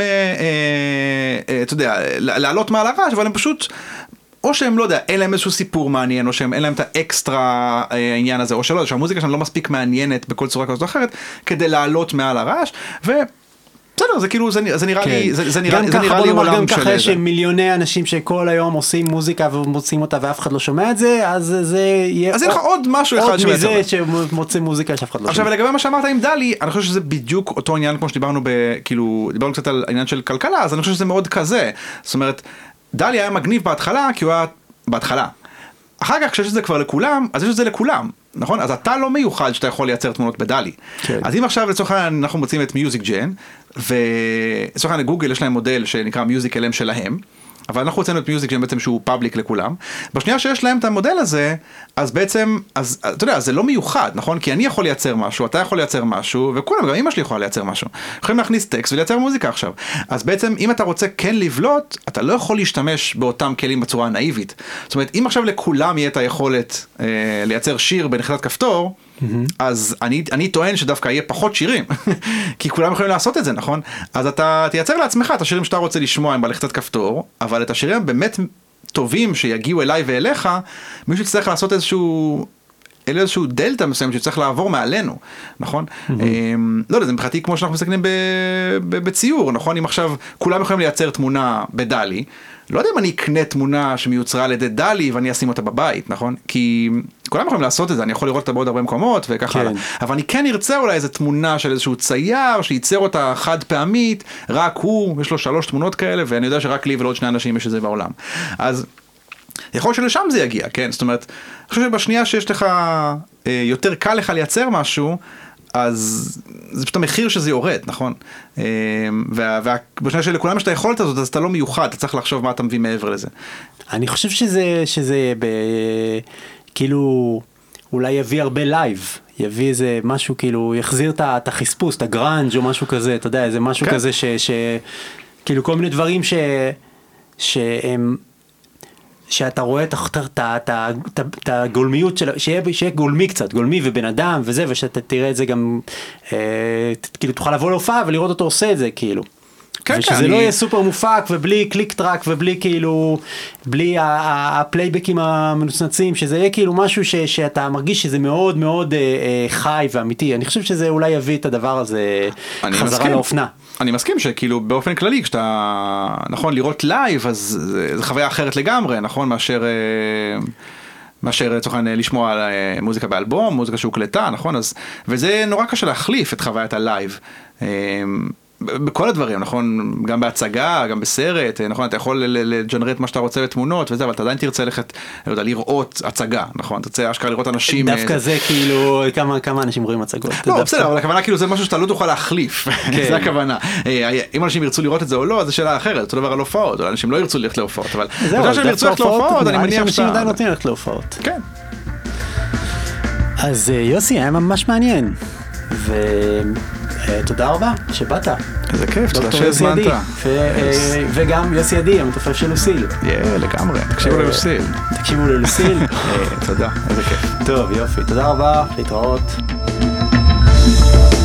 אתה יודע, לעלות מעל הרעש, אבל הם פשוט, או שהם לא יודע, אין להם איזשהו סיפור מעניין, או שהם אין להם את האקסטרה העניין הזה, או שלא, שהמוזיקה שלנו לא מספיק מעניינת בכל צורה כזאת או אחרת, כדי לעלות מעל הרעש, בסדר, זה כאילו, זה נראה לי, זה נראה לי עולם של... גם ככה יש מיליוני אנשים שכל היום עושים מוזיקה ומוצאים אותה ואף אחד לא שומע את זה, אז זה יהיה... אז יהיה לך עוד משהו אחד שמייצר. עוד מזה שמוצא מוזיקה שאף אחד לא שומע. עכשיו, לגבי מה שאמרת עם דלי, אני חושב שזה בדיוק אותו עניין כמו שדיברנו כאילו, דיברנו קצת על העניין של כלכלה, אז אני חושב שזה מאוד כזה. זאת אומרת, דלי היה מגניב בהתחלה, כי הוא היה בהתחלה. אחר כך, כשיש את זה כבר לכולם, אז יש את זה לכולם. נכון? אז אתה לא מיוחד שאתה יכול לייצר תמונות בדלי. כן. אז אם עכשיו לצורך העניין אנחנו מוצאים את מיוזיק ג'ן, ולצורך העניין גוגל יש להם מודל שנקרא מיוזיק LM שלהם, אבל אנחנו רוצים את מיוזיק ג'ן בעצם שהוא פאבליק לכולם. בשנייה שיש להם את המודל הזה, אז בעצם, אז אתה יודע, זה לא מיוחד, נכון? כי אני יכול לייצר משהו, אתה יכול לייצר משהו, וכולם, גם אמא שלי יכולה לייצר משהו. יכולים להכניס טקסט ולייצר מוזיקה עכשיו. אז בעצם, אם אתה רוצה כן לבלוט, אתה לא יכול להשתמש באותם כלים בצורה נאיבית. זאת אומרת, אם עכשיו לכולם יהיה את היכולת לייצר שיר בלחיצת כפתור, אז אני טוען שדווקא יהיה פחות שירים, כי כולם יכולים לעשות את זה, נכון? אז אתה תייצר לעצמך את השירים שאתה רוצה לשמוע עם בלחיצת כפתור, אבל את השירים באמת טובים שיגיעו אליי ואליך, מישהו צריך לעשות איזשהו דלטה מסוים שצריך לעבור מעלינו, נכון? לא יודע, זה מבחינתי כמו שאנחנו מסתכלים בציור, נכון? אם עכשיו כולם יכולים לייצר תמונה בדלי, לא יודע אם אני אקנה תמונה שמיוצרה על ידי דלי ואני אשים אותה בבית, נכון? כי כולם יכולים לעשות את זה, אני יכול לראות אותה בעוד הרבה מקומות וכך הלאה. אבל אני כן ארצה אולי איזו תמונה של איזשהו צייר שייצר אותה חד פעמית, רק הוא, יש לו 3 תמונות כאלה, ואני יודע שרק לי ולעוד 2 אנשים יש את זה בעולם. אז יכול להיות שלשם זה יגיע, כן? זאת אומרת, אני חושב שבשנייה שיש לך, יותר קל לך לייצר משהו, אז זה פשוט המחיר שזה יורד, נכון? ובשנייה שלכולם יש את היכולת הזאת, אז אתה לא מיוחד, אתה צריך לחשוב מה אתה מביא מעבר לזה. אני חושב שזה כאילו, אולי יביא הרבה לייב, יביא איזה משהו כאילו, יחזיר את החספוס, את הגרנג' או משהו כזה, אתה יודע, איזה משהו כזה כאילו כל מיני דברים שהם... שאתה רואה את הגולמיות שלו, שיהיה גולמי קצת, גולמי ובן אדם וזה, ושאתה תראה את זה גם, כאילו תוכל לבוא להופעה ולראות אותו עושה את זה, כאילו. ושזה לא יהיה סופר מופק ובלי קליק טראק ובלי כאילו, בלי הפלייבקים המנוצנצים, שזה יהיה כאילו משהו שאתה מרגיש שזה מאוד מאוד חי ואמיתי. אני חושב שזה אולי יביא את הדבר הזה חזרה לאופנה. אני מסכים שכאילו באופן כללי, כשאתה, נכון, לראות לייב, אז זה חוויה אחרת לגמרי, נכון, מאשר לצורך העניין לשמוע מוזיקה באלבום, מוזיקה שהוקלטה, נכון, אז, וזה נורא קשה להחליף את חוויית הלייב. בכל הדברים, נכון? גם בהצגה, גם בסרט, נכון? אתה יכול לג'נרט מה שאתה רוצה בתמונות וזה, אבל אתה עדיין תרצה ללכת, לא יודע, לראות הצגה, נכון? אתה רוצה אשכרה לראות אנשים... דווקא זה כאילו, כמה אנשים רואים הצגות. לא, בסדר, אבל הכוונה כאילו זה משהו שאתה לא תוכל להחליף, זה הכוונה. אם אנשים ירצו לראות את זה או לא, אז זו שאלה אחרת, אותו דבר על הופעות, אנשים לא ירצו ללכת להופעות, אבל... זהו, שאנשים עדיין נותנים ללכת להופעות. כן. אז יוסי, היה ממש מעניין. ותודה רבה שבאת. איזה כיף, תודה שהזמנת. וגם יוסי עדי, המתופף של לוסיל. לגמרי, תקשיבו ללוסיל. תקשיבו ללוסיל. תודה, איזה כיף. טוב, יופי, תודה רבה, להתראות.